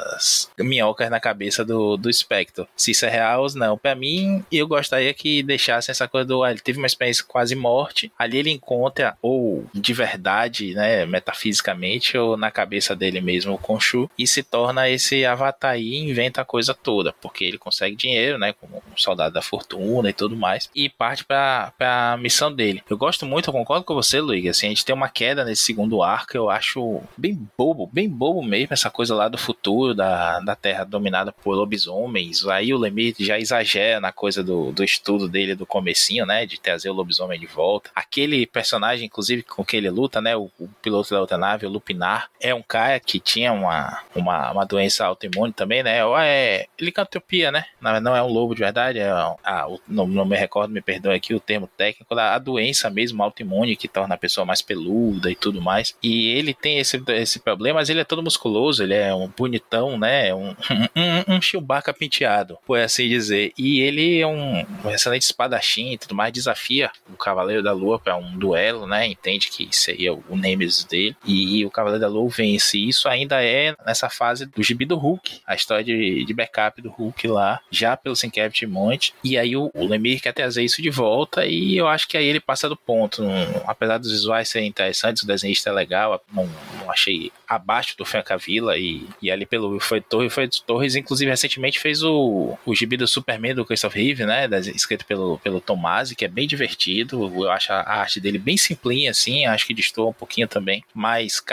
as minhocas na cabeça do, do Spectre. Se isso é real ou não. Pra mim, eu gostaria que deixasse essa coisa do... Ah, ele teve uma experiência quase morte. Ali ele encontra, ou de verdade, né? Metafisicamente, ou na cabeça dele mesmo o Khonshu, e se torna esse avatar aí e inventa a coisa toda, porque ele consegue dinheiro, né, como um soldado da fortuna e tudo mais, e parte pra, pra missão dele. Eu gosto muito, eu concordo com você, Luigi, assim, a gente tem uma queda nesse segundo arco, eu acho bem bobo, bem bobo mesmo, essa coisa lá do futuro, da, da Terra dominada por lobisomens. Aí o Lemay já exagera na coisa do, do estudo dele do comecinho, né, de trazer o lobisomem de volta. Aquele personagem, inclusive, com que ele luta, né, o, o piloto da outra nave, o Lupinar, é um cara que tinha uma, uma, uma doença autoimune também, né? Ou é licantropia, né? Não, não é um lobo de verdade, é, ah, não, não me recordo, me perdoe aqui o termo técnico, a doença mesmo autoimune que torna a pessoa mais peluda e tudo mais. E ele tem esse, esse problema, mas ele é todo musculoso, ele é um bonitão, né? Um, um, um Chewbacca penteado, por assim dizer. E ele é um, um excelente espadachim e tudo mais, desafia o Cavaleiro da Lua para um duelo, né? Entende que seria o Nemesis dele. E, e o Cavaleiro da Lua vence. Isso ainda é nessa fase do gibi do Hulk, a história de, de backup do Hulk lá, já pelo Sincapit Monte. E aí o, o Lemay quer trazer isso de volta, e eu acho que aí ele passa do ponto. Não, apesar dos visuais serem interessantes, o desenhista é legal, não, não achei abaixo do Francavilla, e, e ali pelo Wilfred Torres, Wilfred Torres inclusive recentemente fez o, o gibi do Superman do Christopher Reeve, né, escrito pelo, pelo Tomasi, que é bem divertido. Eu acho a arte dele bem simplinha assim, acho que destoa um pouquinho também, mas cara,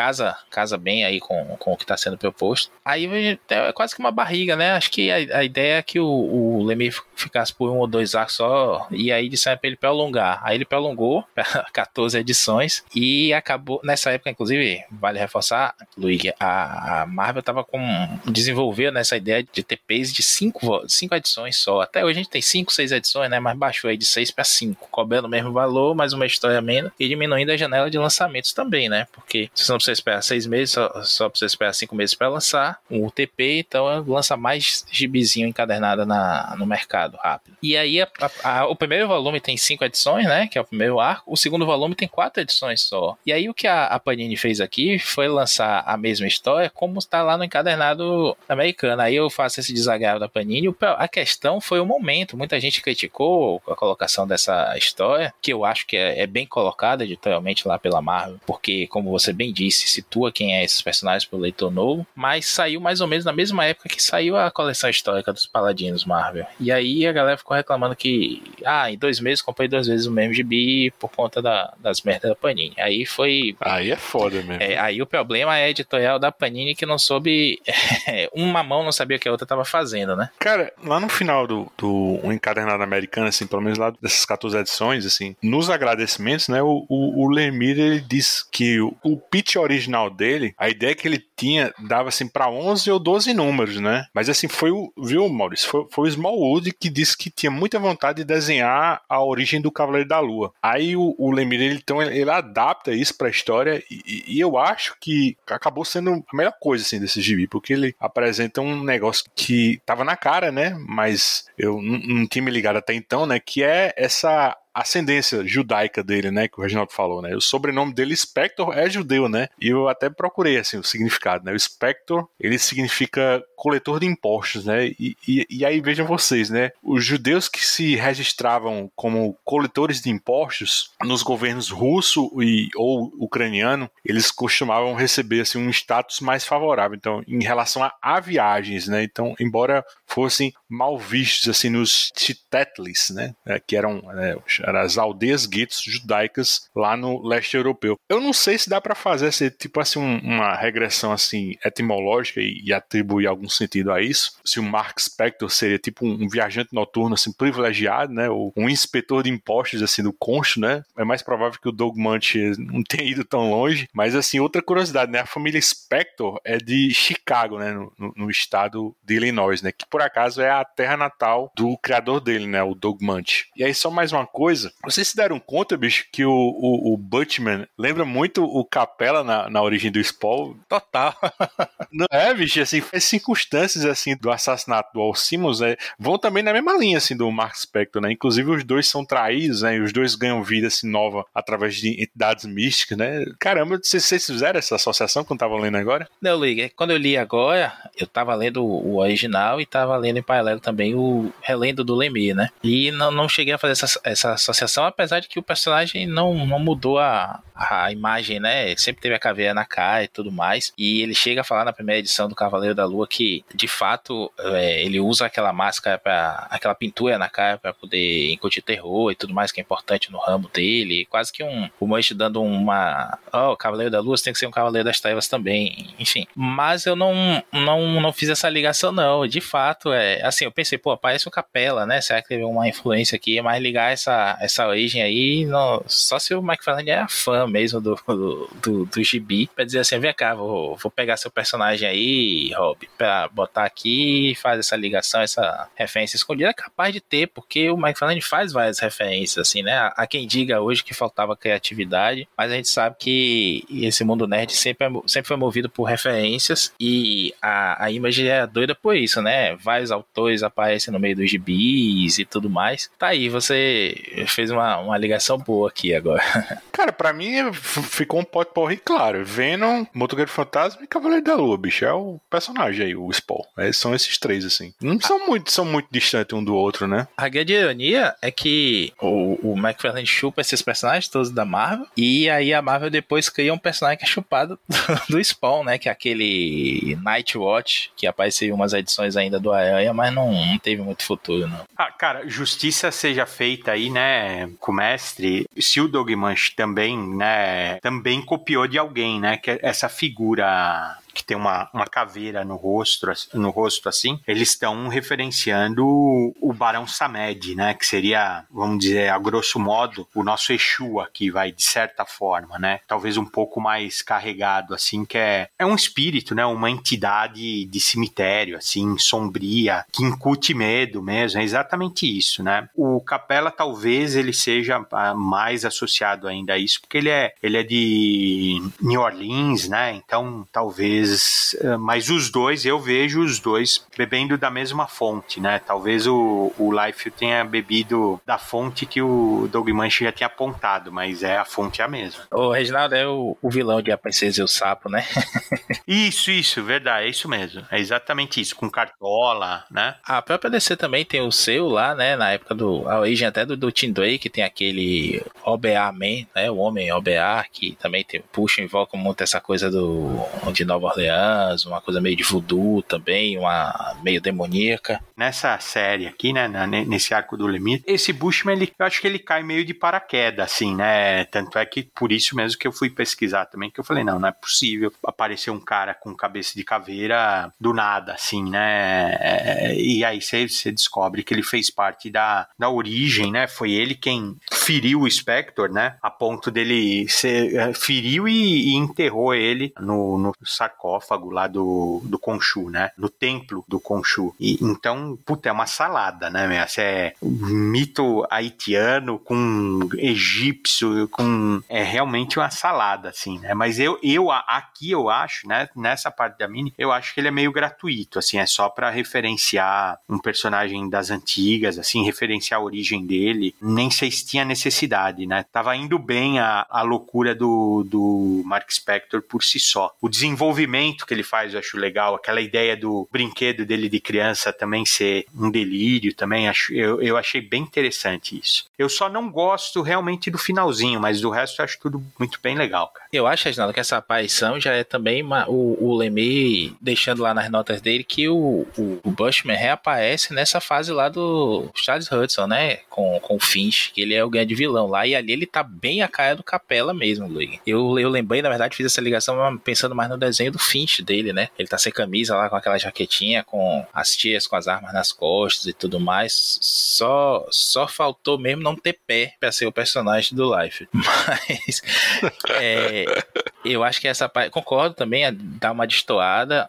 casa, casa bem aí com, com o que tá sendo proposto. Aí é quase que uma barriga, né? Acho que a, a ideia é que o, o Lemire ficasse por um ou dois arcos só, e aí disseram pra ele prolongar. Aí ele prolongou para catorze edições e acabou, nessa época, inclusive, vale reforçar, Luigi, a, a Marvel tava com, desenvolveu nessa ideia de ter pace de cinco, cinco edições só. Até hoje a gente tem cinco, seis edições, né? Mas baixou aí de seis para cinco, cobrando o mesmo valor, mais uma história menos, e diminuindo a janela de lançamentos também, né? Porque se você não precisa esperar seis meses, só, só precisa esperar cinco meses para lançar um U T P, então lança mais gibizinho encadernado na, no mercado rápido. E aí a, a, a, o primeiro volume tem cinco edições, né? Que é o primeiro arco. O segundo volume tem quatro edições só. E aí o que a, a Panini fez aqui foi lançar a mesma história como está lá no encadernado americano. Aí eu faço esse desagravo da Panini. A questão foi o momento. Muita gente criticou a colocação dessa história, que eu acho que é, é bem colocada editorialmente lá pela Marvel, porque, como você bem disse, situa quem é esses personagens para o leitor novo, mas saiu mais ou menos na mesma época que saiu a coleção histórica dos Paladinos Marvel. E aí a galera ficou reclamando que, ah, em dois meses comprei duas vezes o mesmo gibi por conta da, das merdas da Panini. Aí foi... Aí é foda mesmo. É, aí o problema é editorial da Panini, que não soube... uma mão não sabia o que a outra estava fazendo, né? Cara, lá no final do, do um encadernado americano, assim, pelo menos lá dessas catorze edições, assim, nos agradecimentos, né, o, o, o Lemire, ele diz que o, o pitch original dele, a ideia que ele tinha, dava, assim, pra onze ou doze números, né? Mas, assim, foi o, viu, Maurício? Foi, foi o Smallwood que disse que tinha muita vontade de desenhar a origem do Cavaleiro da Lua. Aí o, o Lemire, ele, então, ele, ele adapta isso pra história e, e eu acho que acabou sendo a melhor coisa, assim, desse gibi, porque ele apresenta um negócio que tava na cara, né? Mas eu n- não tinha me ligado até então, né? Que é essa ascendência judaica dele, né, que o Reginaldo falou, né, o sobrenome dele, Spector, é judeu, né, e eu até procurei, assim, o significado, né, o Spector, ele significa coletor de impostos, né, e, e, e aí vejam vocês, né, os judeus que se registravam como coletores de impostos nos governos russo e, ou ucraniano, eles costumavam receber, assim, um status mais favorável, então, em relação a, a viagens, né, então, embora fossem mal vistos, assim, nos Chitetlis, né, que eram, né, as aldeias guetos judaicas lá no leste europeu. Eu não sei se dá para fazer esse, tipo assim, um, uma regressão assim etimológica e, e atribuir algum sentido a isso. Se o Mark Spector seria tipo um, um viajante noturno assim privilegiado, né, ou um inspetor de impostos assim do cônsul, né? É mais provável que o Doug Munch não tenha ido tão longe. Mas assim, outra curiosidade, né? A família Spector é de Chicago, né, no, no, no estado de Illinois, né? Que por acaso é a terra natal do criador dele, né? O Doug Munch. E aí só mais uma coisa. Vocês se deram conta, bicho, que o, o, o Butchman lembra muito o Capela na, na origem do Spawn? Total. Não é, bicho, assim, as circunstâncias, assim, do assassinato do Al Simmons, né, vão também na mesma linha, assim, do Mark Spector, né, inclusive os dois são traídos, né, e os dois ganham vida, assim, nova através de entidades místicas, né, caramba, vocês, vocês fizeram essa associação quando estavam lendo agora? Não, Liga, quando eu li agora, eu tava lendo o original e tava lendo em paralelo também o relendo do Lemire, né, e não, não cheguei a fazer essa, essa associação, apesar de que o personagem não, não mudou a, a imagem, né? Sempre teve a caveira na cara e tudo mais. E ele chega a falar na primeira edição do Cavaleiro da Lua que, de fato, é, ele usa aquela máscara, pra, aquela pintura na cara para poder incutir terror e tudo mais, que é importante no ramo dele. Quase que um humorista dando uma... Ó, oh, o Cavaleiro da Lua, você tem que ser um Cavaleiro das Trevas também. Enfim. Mas eu não, não, não fiz essa ligação, não. De fato, é assim, eu pensei, pô, parece um Capela, né? Será que teve uma influência aqui? Mas ligar essa, essa origem aí, não, só se o McFarlane é fã mesmo do, do, do, do gibi, pra dizer assim, vem cá, vou, vou pegar seu personagem aí, Rob, pra botar aqui e faz essa ligação, essa referência escondida. É capaz de ter, porque o McFarlane faz várias referências, assim, né? Há quem diga hoje que faltava criatividade, mas a gente sabe que esse mundo nerd sempre, é, sempre foi movido por referências e a, a Image é doida por isso, né? Vários autores aparecem no meio dos gibis e tudo mais. Tá aí, você fez uma, uma ligação boa aqui agora. Cara, pra mim ficou um pote porri claro. Venom, Motoqueiro Fantasma e Cavaleiro da Lua, bicho. É o personagem aí, o Spawn. É, são esses três, assim. Não são muito, são muito distantes um do outro, né? A grande ironia é que o, o McFarlane chupa esses personagens todos da Marvel e aí a Marvel depois cria um personagem que é chupado do, do Spawn, né? Que é aquele Nightwatch, que apareceu em umas edições ainda do Aranha, mas não, não teve muito futuro, não. Ah, cara, justiça seja feita aí, né, com o mestre. Se o Doug Munch também, né, né, também copiou de alguém, né, que é essa figura que tem uma, uma caveira no rosto, no rosto assim, eles estão referenciando o Barão Samed, né, que seria, vamos dizer, a grosso modo, o nosso Exu aqui, vai, de certa forma, né, talvez um pouco mais carregado, assim, que é, é um espírito, né, uma entidade de cemitério, assim, sombria, que incute medo mesmo, é exatamente isso, né. O Capela, talvez ele seja mais associado ainda a isso, porque ele é, ele é de New Orleans, né, então talvez. Mas os dois, eu vejo os dois bebendo da mesma fonte, né? Talvez o, o Liefeld tenha bebido da fonte que o Doug Manch já tinha apontado, mas é a fonte é a mesma. O Reginaldo é o, o vilão de A Princesa e o Sapo, né? Isso, isso, verdade, é isso mesmo. É exatamente isso, com cartola, né? A própria D C também tem o seu lá, né? Na época do... A origem até do, do Tim Drake, tem aquele O B A Man, né? O Homem O B A, que também tem, puxa, invoca muito essa coisa do, de Nova Orleans, uma coisa meio de voodoo também, uma meio demoníaca. Nessa série aqui, né, na, nesse arco do Lemire, esse Bushman, ele, eu acho que ele cai meio de paraquedas, assim, né, tanto é que por isso mesmo que eu fui pesquisar também, que eu falei, não, não é possível aparecer um cara com cabeça de caveira do nada, assim, né, e aí você, você descobre que ele fez parte da, da origem, né, foi ele quem feriu o Spector, né, a ponto dele ser, feriu e, e enterrou ele no, no sarcófago lá do, do Khonshu, né? No templo do Khonshu. E, então, puta, é uma salada, né? Esse é mito haitiano com egípcio, com... É realmente uma salada, assim, né? Mas eu, eu aqui eu acho, né? Nessa parte da mini, eu acho que ele é meio gratuito, assim, é só pra referenciar um personagem das antigas, assim, referenciar a origem dele. Nem sei se tinha necessidade, né? Tava indo bem a, a loucura do, do Mark Spector por si só. O desenvolvimento que ele faz, eu acho legal, aquela ideia do brinquedo dele de criança também ser um delírio, também acho, eu, eu achei bem interessante isso. Eu só não gosto realmente do finalzinho, mas do resto eu acho tudo muito bem legal, cara. Eu acho, Reginaldo, que essa aparição já é também uma, o, o Lemire deixando lá nas notas dele que o, o, o Bushman reaparece nessa fase lá do Charles Hudson, né, com, com o Finch, que ele é o grande vilão lá, e ali ele tá bem a cara do Capela mesmo, Luigi. Eu, eu lembrei, na verdade, fiz essa ligação pensando mais no desenho do Finch dele, né? Ele tá sem camisa lá, com aquela jaquetinha, com as tias com as armas nas costas e tudo mais. Só, só faltou mesmo não ter pé pra ser o personagem do Liefeld. Mas é, eu acho que essa parte, concordo também, dá uma destoada,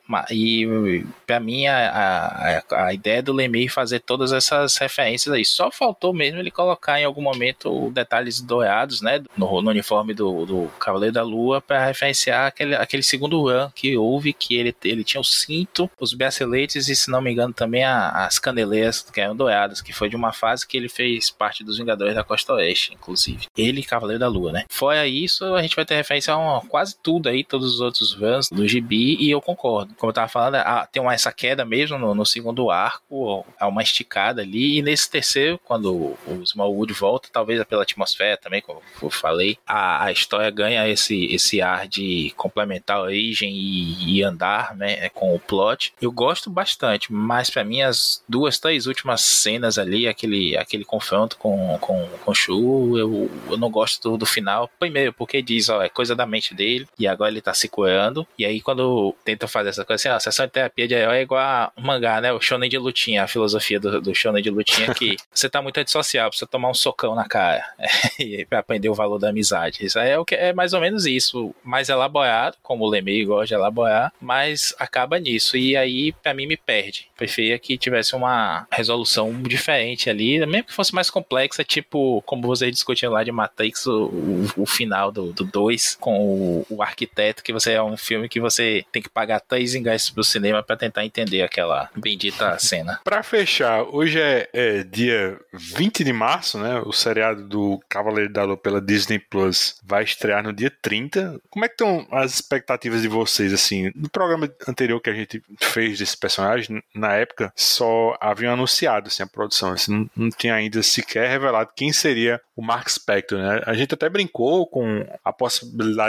e pra mim a, a, a ideia do Lemire fazer todas essas referências aí, só faltou mesmo ele colocar em algum momento detalhes dourados, né, no, no uniforme do, do Cavaleiro da Lua, pra referenciar aquele, aquele segundo run que houve, que ele, ele tinha o cinto, os braceletes e, se não me engano, também a, as caneleiras que eram douradas, que foi de uma fase que ele fez parte dos Vingadores da Costa Oeste, inclusive. Ele, Cavaleiro da Lua, né? Fora isso, a gente vai ter referência a uma, quase tudo aí, todos os outros runs do Gibi, e eu concordo. Como eu tava falando, ah, tem uma, essa queda mesmo no, no segundo arco, há uma esticada ali, e nesse terceiro, quando o Smallwood volta, talvez pela atmosfera também, como eu falei, a, a história ganha esse, esse ar de complementar a origem e, e andar, né, com o plot. Eu gosto bastante, mas pra mim as duas, três últimas cenas ali, aquele, aquele confronto com, com, com o Shu, eu, eu não gosto do, do final. Primeiro, porque diz, ó, é coisa da mente dele, e agora ele tá se curando, e aí quando tenta fazer essa coisa assim, ó, a sessão de terapia de herói é igual a mangá, né, o shonen de lutinha, a filosofia do, do shonen de lutinha, que você tá muito antissocial, precisa tomar um socão na cara, pra aprender o valor da amizade. Isso aí é, o que, é mais ou menos isso, mais elaborado, como o Lemire gosta de elaborar, mas acaba nisso, e aí pra mim me perde. Preferia que tivesse uma resolução diferente ali, mesmo que fosse mais complexa, tipo, como vocês discutiram lá de Matrix, o, o, o final do dois, com o, o arquiteto, que você é um filme que você tem que pagar três ingressos pro cinema pra tentar entender aquela bendita cena. Pra fechar, hoje é, é dia vinte de março, né? O seriado do Cavaleiro da Lua pela Disney Plus vai estrear no dia trinta. Como é que estão as expectativas de vocês, assim? No programa anterior que a gente fez desse personagem, na época, só haviam anunciado, assim, a produção. Assim, não, não tinha ainda sequer revelado quem seria o Mark Spector, né? A gente até brincou com a possibilidade de ser o,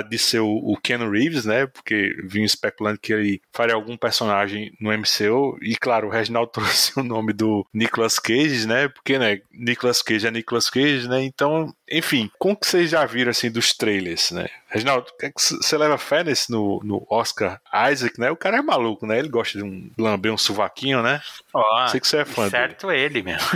o, o Keanu Reeves, né? Porque vinha especulando que ele faria algum personagem no M C U. E, claro, o Reginaldo trouxe o nome do Nicolas Cage, né? Porque, né? Nicolas Cage é Nicolas Cage, né? Então, enfim, como que vocês já viram, assim, dos trailers, né? Reginaldo, você leva fé nesse no, no Oscar Isaac, né? O cara é maluco, né? Ele gosta de um lamber um sovaquinho, né? Ó, sei que você é fã certo dele. Ele mesmo.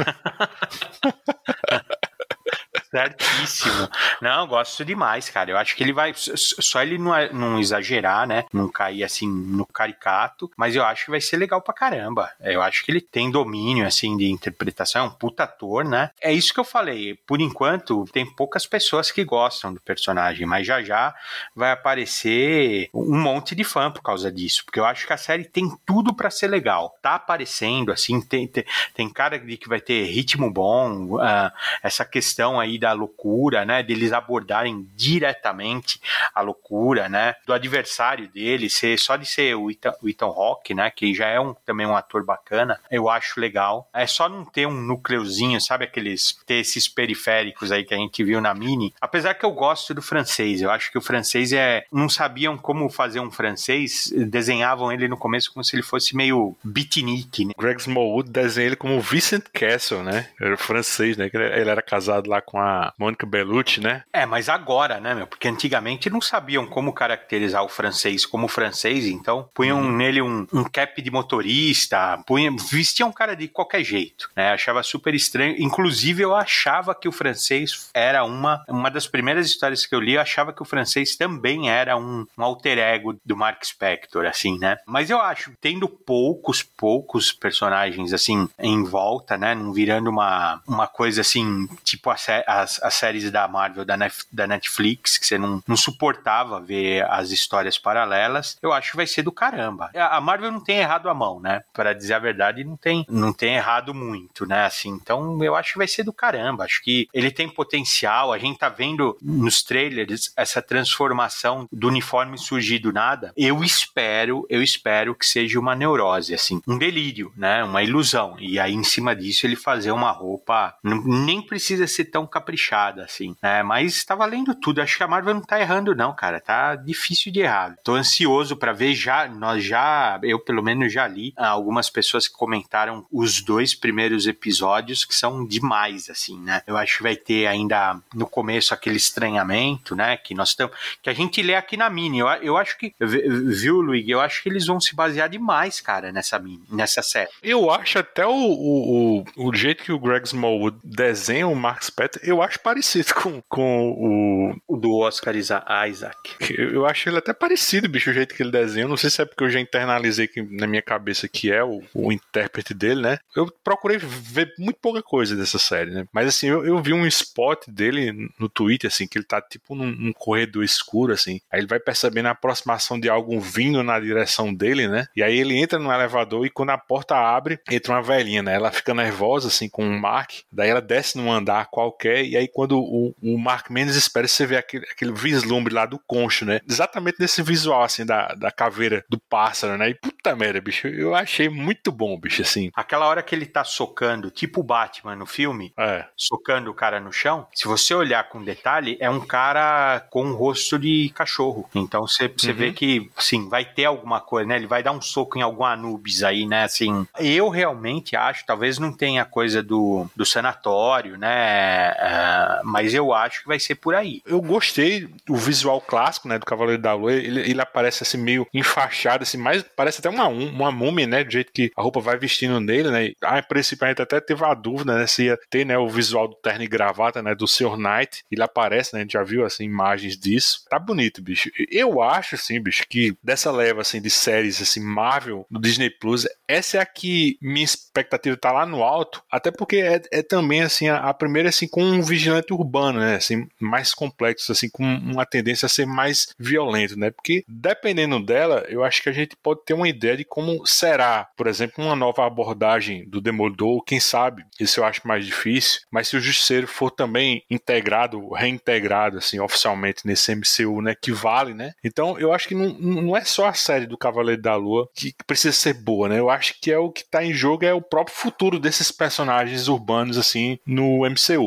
Certíssimo. Não, gosto demais, cara. Eu acho que ele vai. Só ele não, não exagerar, né? Não cair assim no caricato. Mas eu acho que vai ser legal pra caramba. Eu acho que ele tem domínio, assim, de interpretação. É um puta ator, né? É isso que eu falei. Por enquanto, tem poucas pessoas que gostam do personagem. Mas já já vai aparecer um monte de fã por causa disso. Porque eu acho que a série tem tudo pra ser legal. Tá aparecendo, assim. Tem, tem, tem cara de que vai ter ritmo bom. Uh, essa questão aí da loucura, né, deles abordarem diretamente a loucura, né, do adversário dele, ser, só de ser o Ethan, o Ethan Hawke, né, que já é um, também um ator bacana, eu acho legal. É só não ter um núcleozinho, sabe, aqueles, ter esses periféricos aí que a gente viu na mini, apesar que eu gosto do francês, eu acho que o francês é, não sabiam como fazer um francês, desenhavam ele no começo como se ele fosse meio beatnik, né. Greg Smallwood desenha ele como Vincent Castle, né, era francês, né, ele era casado lá com a Monica Bellucci, né? É, mas agora, né, meu? Porque antigamente não sabiam como caracterizar o francês como francês, então punham uhum. nele um, um cap de motorista, punham, vestiam um cara de qualquer jeito, né? Achava super estranho. Inclusive, eu achava que o francês era uma... Uma das primeiras histórias que eu li, eu achava que o francês também era um, um alter ego do Mark Spector, assim, né? Mas eu acho, tendo poucos, poucos personagens, assim, em volta, né? Não virando uma, uma coisa, assim, tipo a série As, as séries da Marvel, da, Nef, da Netflix, que você não, não suportava ver as histórias paralelas, eu acho que vai ser do caramba. A Marvel não tem errado a mão, né? Para dizer a verdade, não tem, não tem errado muito, né? Assim, então eu acho que vai ser do caramba. Acho que ele tem potencial. A gente tá vendo nos trailers essa transformação do uniforme surgir do nada. Eu espero, eu espero que seja uma neurose, assim, um delírio, né? Uma ilusão. E aí, em cima disso, ele fazer uma roupa, nem precisa ser tão caprichada, assim, né? Mas tá valendo tudo. Acho que a Marvel não tá errando, não, cara. Tá difícil de errar. Tô ansioso pra ver já, nós já, eu pelo menos já li algumas pessoas que comentaram os dois primeiros episódios, que são demais, assim, né? Eu acho que vai ter ainda no começo aquele estranhamento, né? Que nós estamos, que a gente lê aqui na mini. Eu, eu acho que, viu, Luigi? Eu acho que eles vão se basear demais, cara, nessa mini, nessa série. Eu acho até o, o, o, o jeito que o Greg Smallwood desenha o Mark Spector, eu acho parecido com, com o... O do Oscar Isaac. Eu, eu acho ele até parecido, bicho, o jeito que ele desenha. Eu não sei se é porque eu já internalizei que, na minha cabeça que é o, o intérprete dele, né? Eu procurei ver muito pouca coisa dessa série, né? Mas assim, eu, eu vi um spot dele no Twitter, assim, que ele tá tipo num, num corredor escuro, assim. Aí ele vai percebendo a aproximação de algo vindo na direção dele, né? E aí ele entra no elevador e quando a porta abre, entra uma velhinha, né? Ela fica nervosa, assim, com o Mark. Daí ela desce num andar qualquer e aí quando o, o Mark menos espera, você vê aquele, aquele vislumbre lá do concho, né? Exatamente nesse visual, assim, da, da caveira do pássaro, né? E puta merda, bicho, eu achei muito bom, bicho, assim. Aquela hora que ele tá socando, tipo o Batman no filme, é. socando o cara no chão, se você olhar com detalhe, é um cara com um rosto de cachorro. Então você, você uhum. vê que, assim, vai ter alguma coisa, né? Ele vai dar um soco em algum Anubis aí, né? Assim, eu realmente acho, talvez não tenha coisa do, do sanatório, né? Uh, mas eu acho que vai ser por aí. Eu gostei do visual clássico, né? Do Cavaleiro da Lua. Ele, ele aparece assim meio enfaixado, assim, mais parece até uma, uma múmia, né? Do jeito que a roupa vai vestindo nele, né? Ah, a princípio a gente até teve a dúvida, né? Se ia ter, né, o visual do terno e gravata, né? Do senhor Knight. Ele aparece, né? A gente já viu, assim, imagens disso. Tá bonito, bicho. Eu acho, assim, bicho, que dessa leva, assim, de séries, assim, Marvel, do Disney Plus, essa é a que minha expectativa tá lá no alto, até porque é, é também, assim, a, a primeira, assim, com um vigilante urbano, né? Assim, mais complexo, assim, com uma tendência a ser mais violento, né? Porque, dependendo dela, eu acho que a gente pode ter uma ideia de como será, por exemplo, uma nova abordagem do Demolidor, quem sabe, isso eu acho mais difícil, mas se o Justiceiro for também integrado, reintegrado, assim, oficialmente nesse M C U, né, que vale, né? Então, eu acho que não, não é só a série do Cavaleiro da Lua que precisa ser boa, né? Eu acho que é o que tá em jogo, é o próprio futuro desses personagens urbanos, assim, no M C U. Quer começar?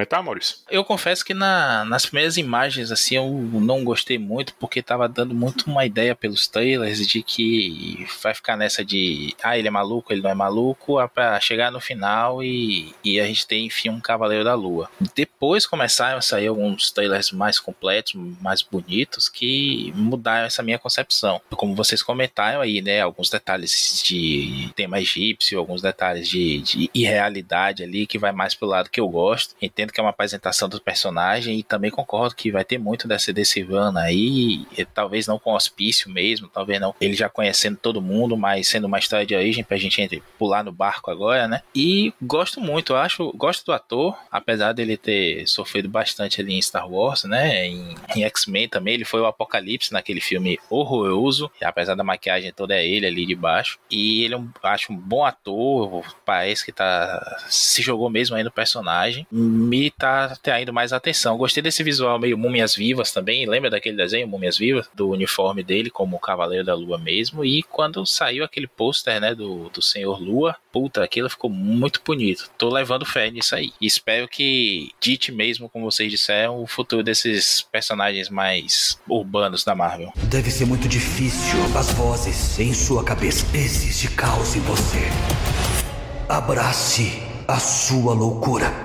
comentar, Maurício? Eu confesso que na, nas primeiras imagens, assim, eu não gostei muito, porque tava dando muito uma ideia pelos trailers de que vai ficar nessa de, ah, ele é maluco, ele não é maluco, pra chegar no final e, e a gente ter, enfim, um Cavaleiro da Lua. Depois começaram a sair alguns trailers mais completos, mais bonitos, que mudaram essa minha concepção. Como vocês comentaram aí, né, alguns detalhes de tema egípcio, alguns detalhes de, de irrealidade ali, que vai mais pro lado que eu gosto. Entendo que é uma apresentação do personagem e também concordo que vai ter muito dessa D C Sivana aí, e, talvez não com hospício mesmo, talvez não ele já conhecendo todo mundo, mas sendo uma história de origem pra gente entre, pular no barco agora, né? E gosto muito, eu acho, gosto do ator, apesar dele ter sofrido bastante ali em Star Wars, né? Em, em X-Men também, ele foi o Apocalipse naquele filme horroroso, e apesar da maquiagem toda é ele ali de baixo, e ele é um, acho um bom ator, parece que tá, se jogou mesmo aí no personagem, me tá atraindo mais atenção. Gostei desse visual meio Múmias Vivas também, lembra daquele desenho Múmias Vivas? Do uniforme dele como o Cavaleiro da Lua mesmo, e quando saiu aquele pôster, né, do, do Senhor Lua, puta, aquilo ficou muito bonito. Tô levando fé nisso aí. E espero que dite mesmo, como vocês disseram, o futuro desses personagens mais urbanos da Marvel. Deve ser muito difícil as vozes em sua cabeça. Existe caos em você. Abrace a sua loucura.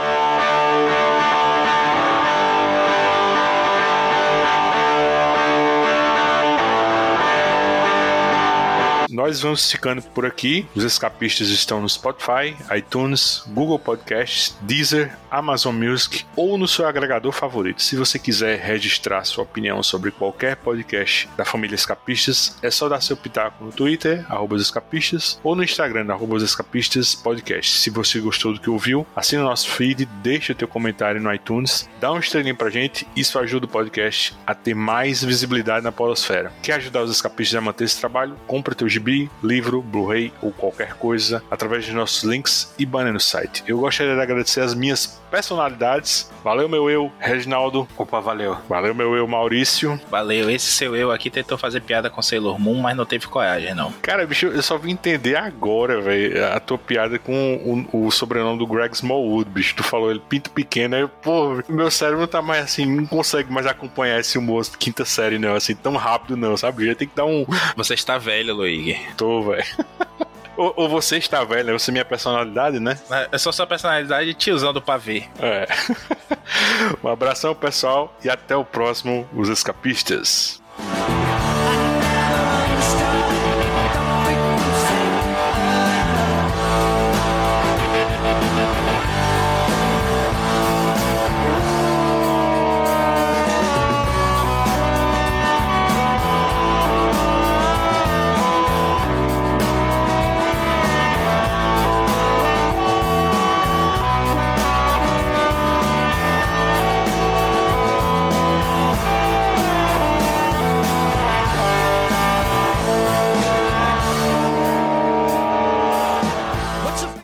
Nós vamos ficando por aqui. Os Escapistas estão no Spotify, iTunes, Google Podcasts, Deezer, Amazon Music ou no seu agregador favorito. Se você quiser registrar sua opinião sobre qualquer podcast da família Escapistas, é só dar seu pitaco no Twitter, arroba os escapistas, ou no Instagram, arroba os escapistas podcast. Se você gostou do que ouviu, assina o nosso feed, deixa o teu comentário no iTunes, dá um estrelinho pra gente, isso ajuda o podcast a ter mais visibilidade na podosfera. Quer ajudar os Escapistas a manter esse trabalho? Compra teu gibi, livro, Blu-ray ou qualquer coisa através de nossos links e banner no site. Eu gostaria de agradecer as minhas personalidades. Valeu, meu eu, Reginaldo. Opa, valeu. Valeu, meu eu, Maurício. Valeu, esse seu eu aqui tentou fazer piada com Sailor Moon, mas não teve coragem, não. Cara, bicho, eu só vim entender agora, velho, a tua piada com o, o sobrenome do Greg Smallwood, bicho. Tu falou ele pinto pequeno, aí, pô, meu cérebro não tá mais assim, não consegue mais acompanhar esse humor de quinta série, não, assim, tão rápido, não, sabe? Já tem que dar um... Você está velho, Luigi. Tô, velho. Ou, ou você está velho, você é minha personalidade, né? É só sua personalidade tiozão do pavê. É. Um abração, pessoal, e até o próximo, Os Escapistas.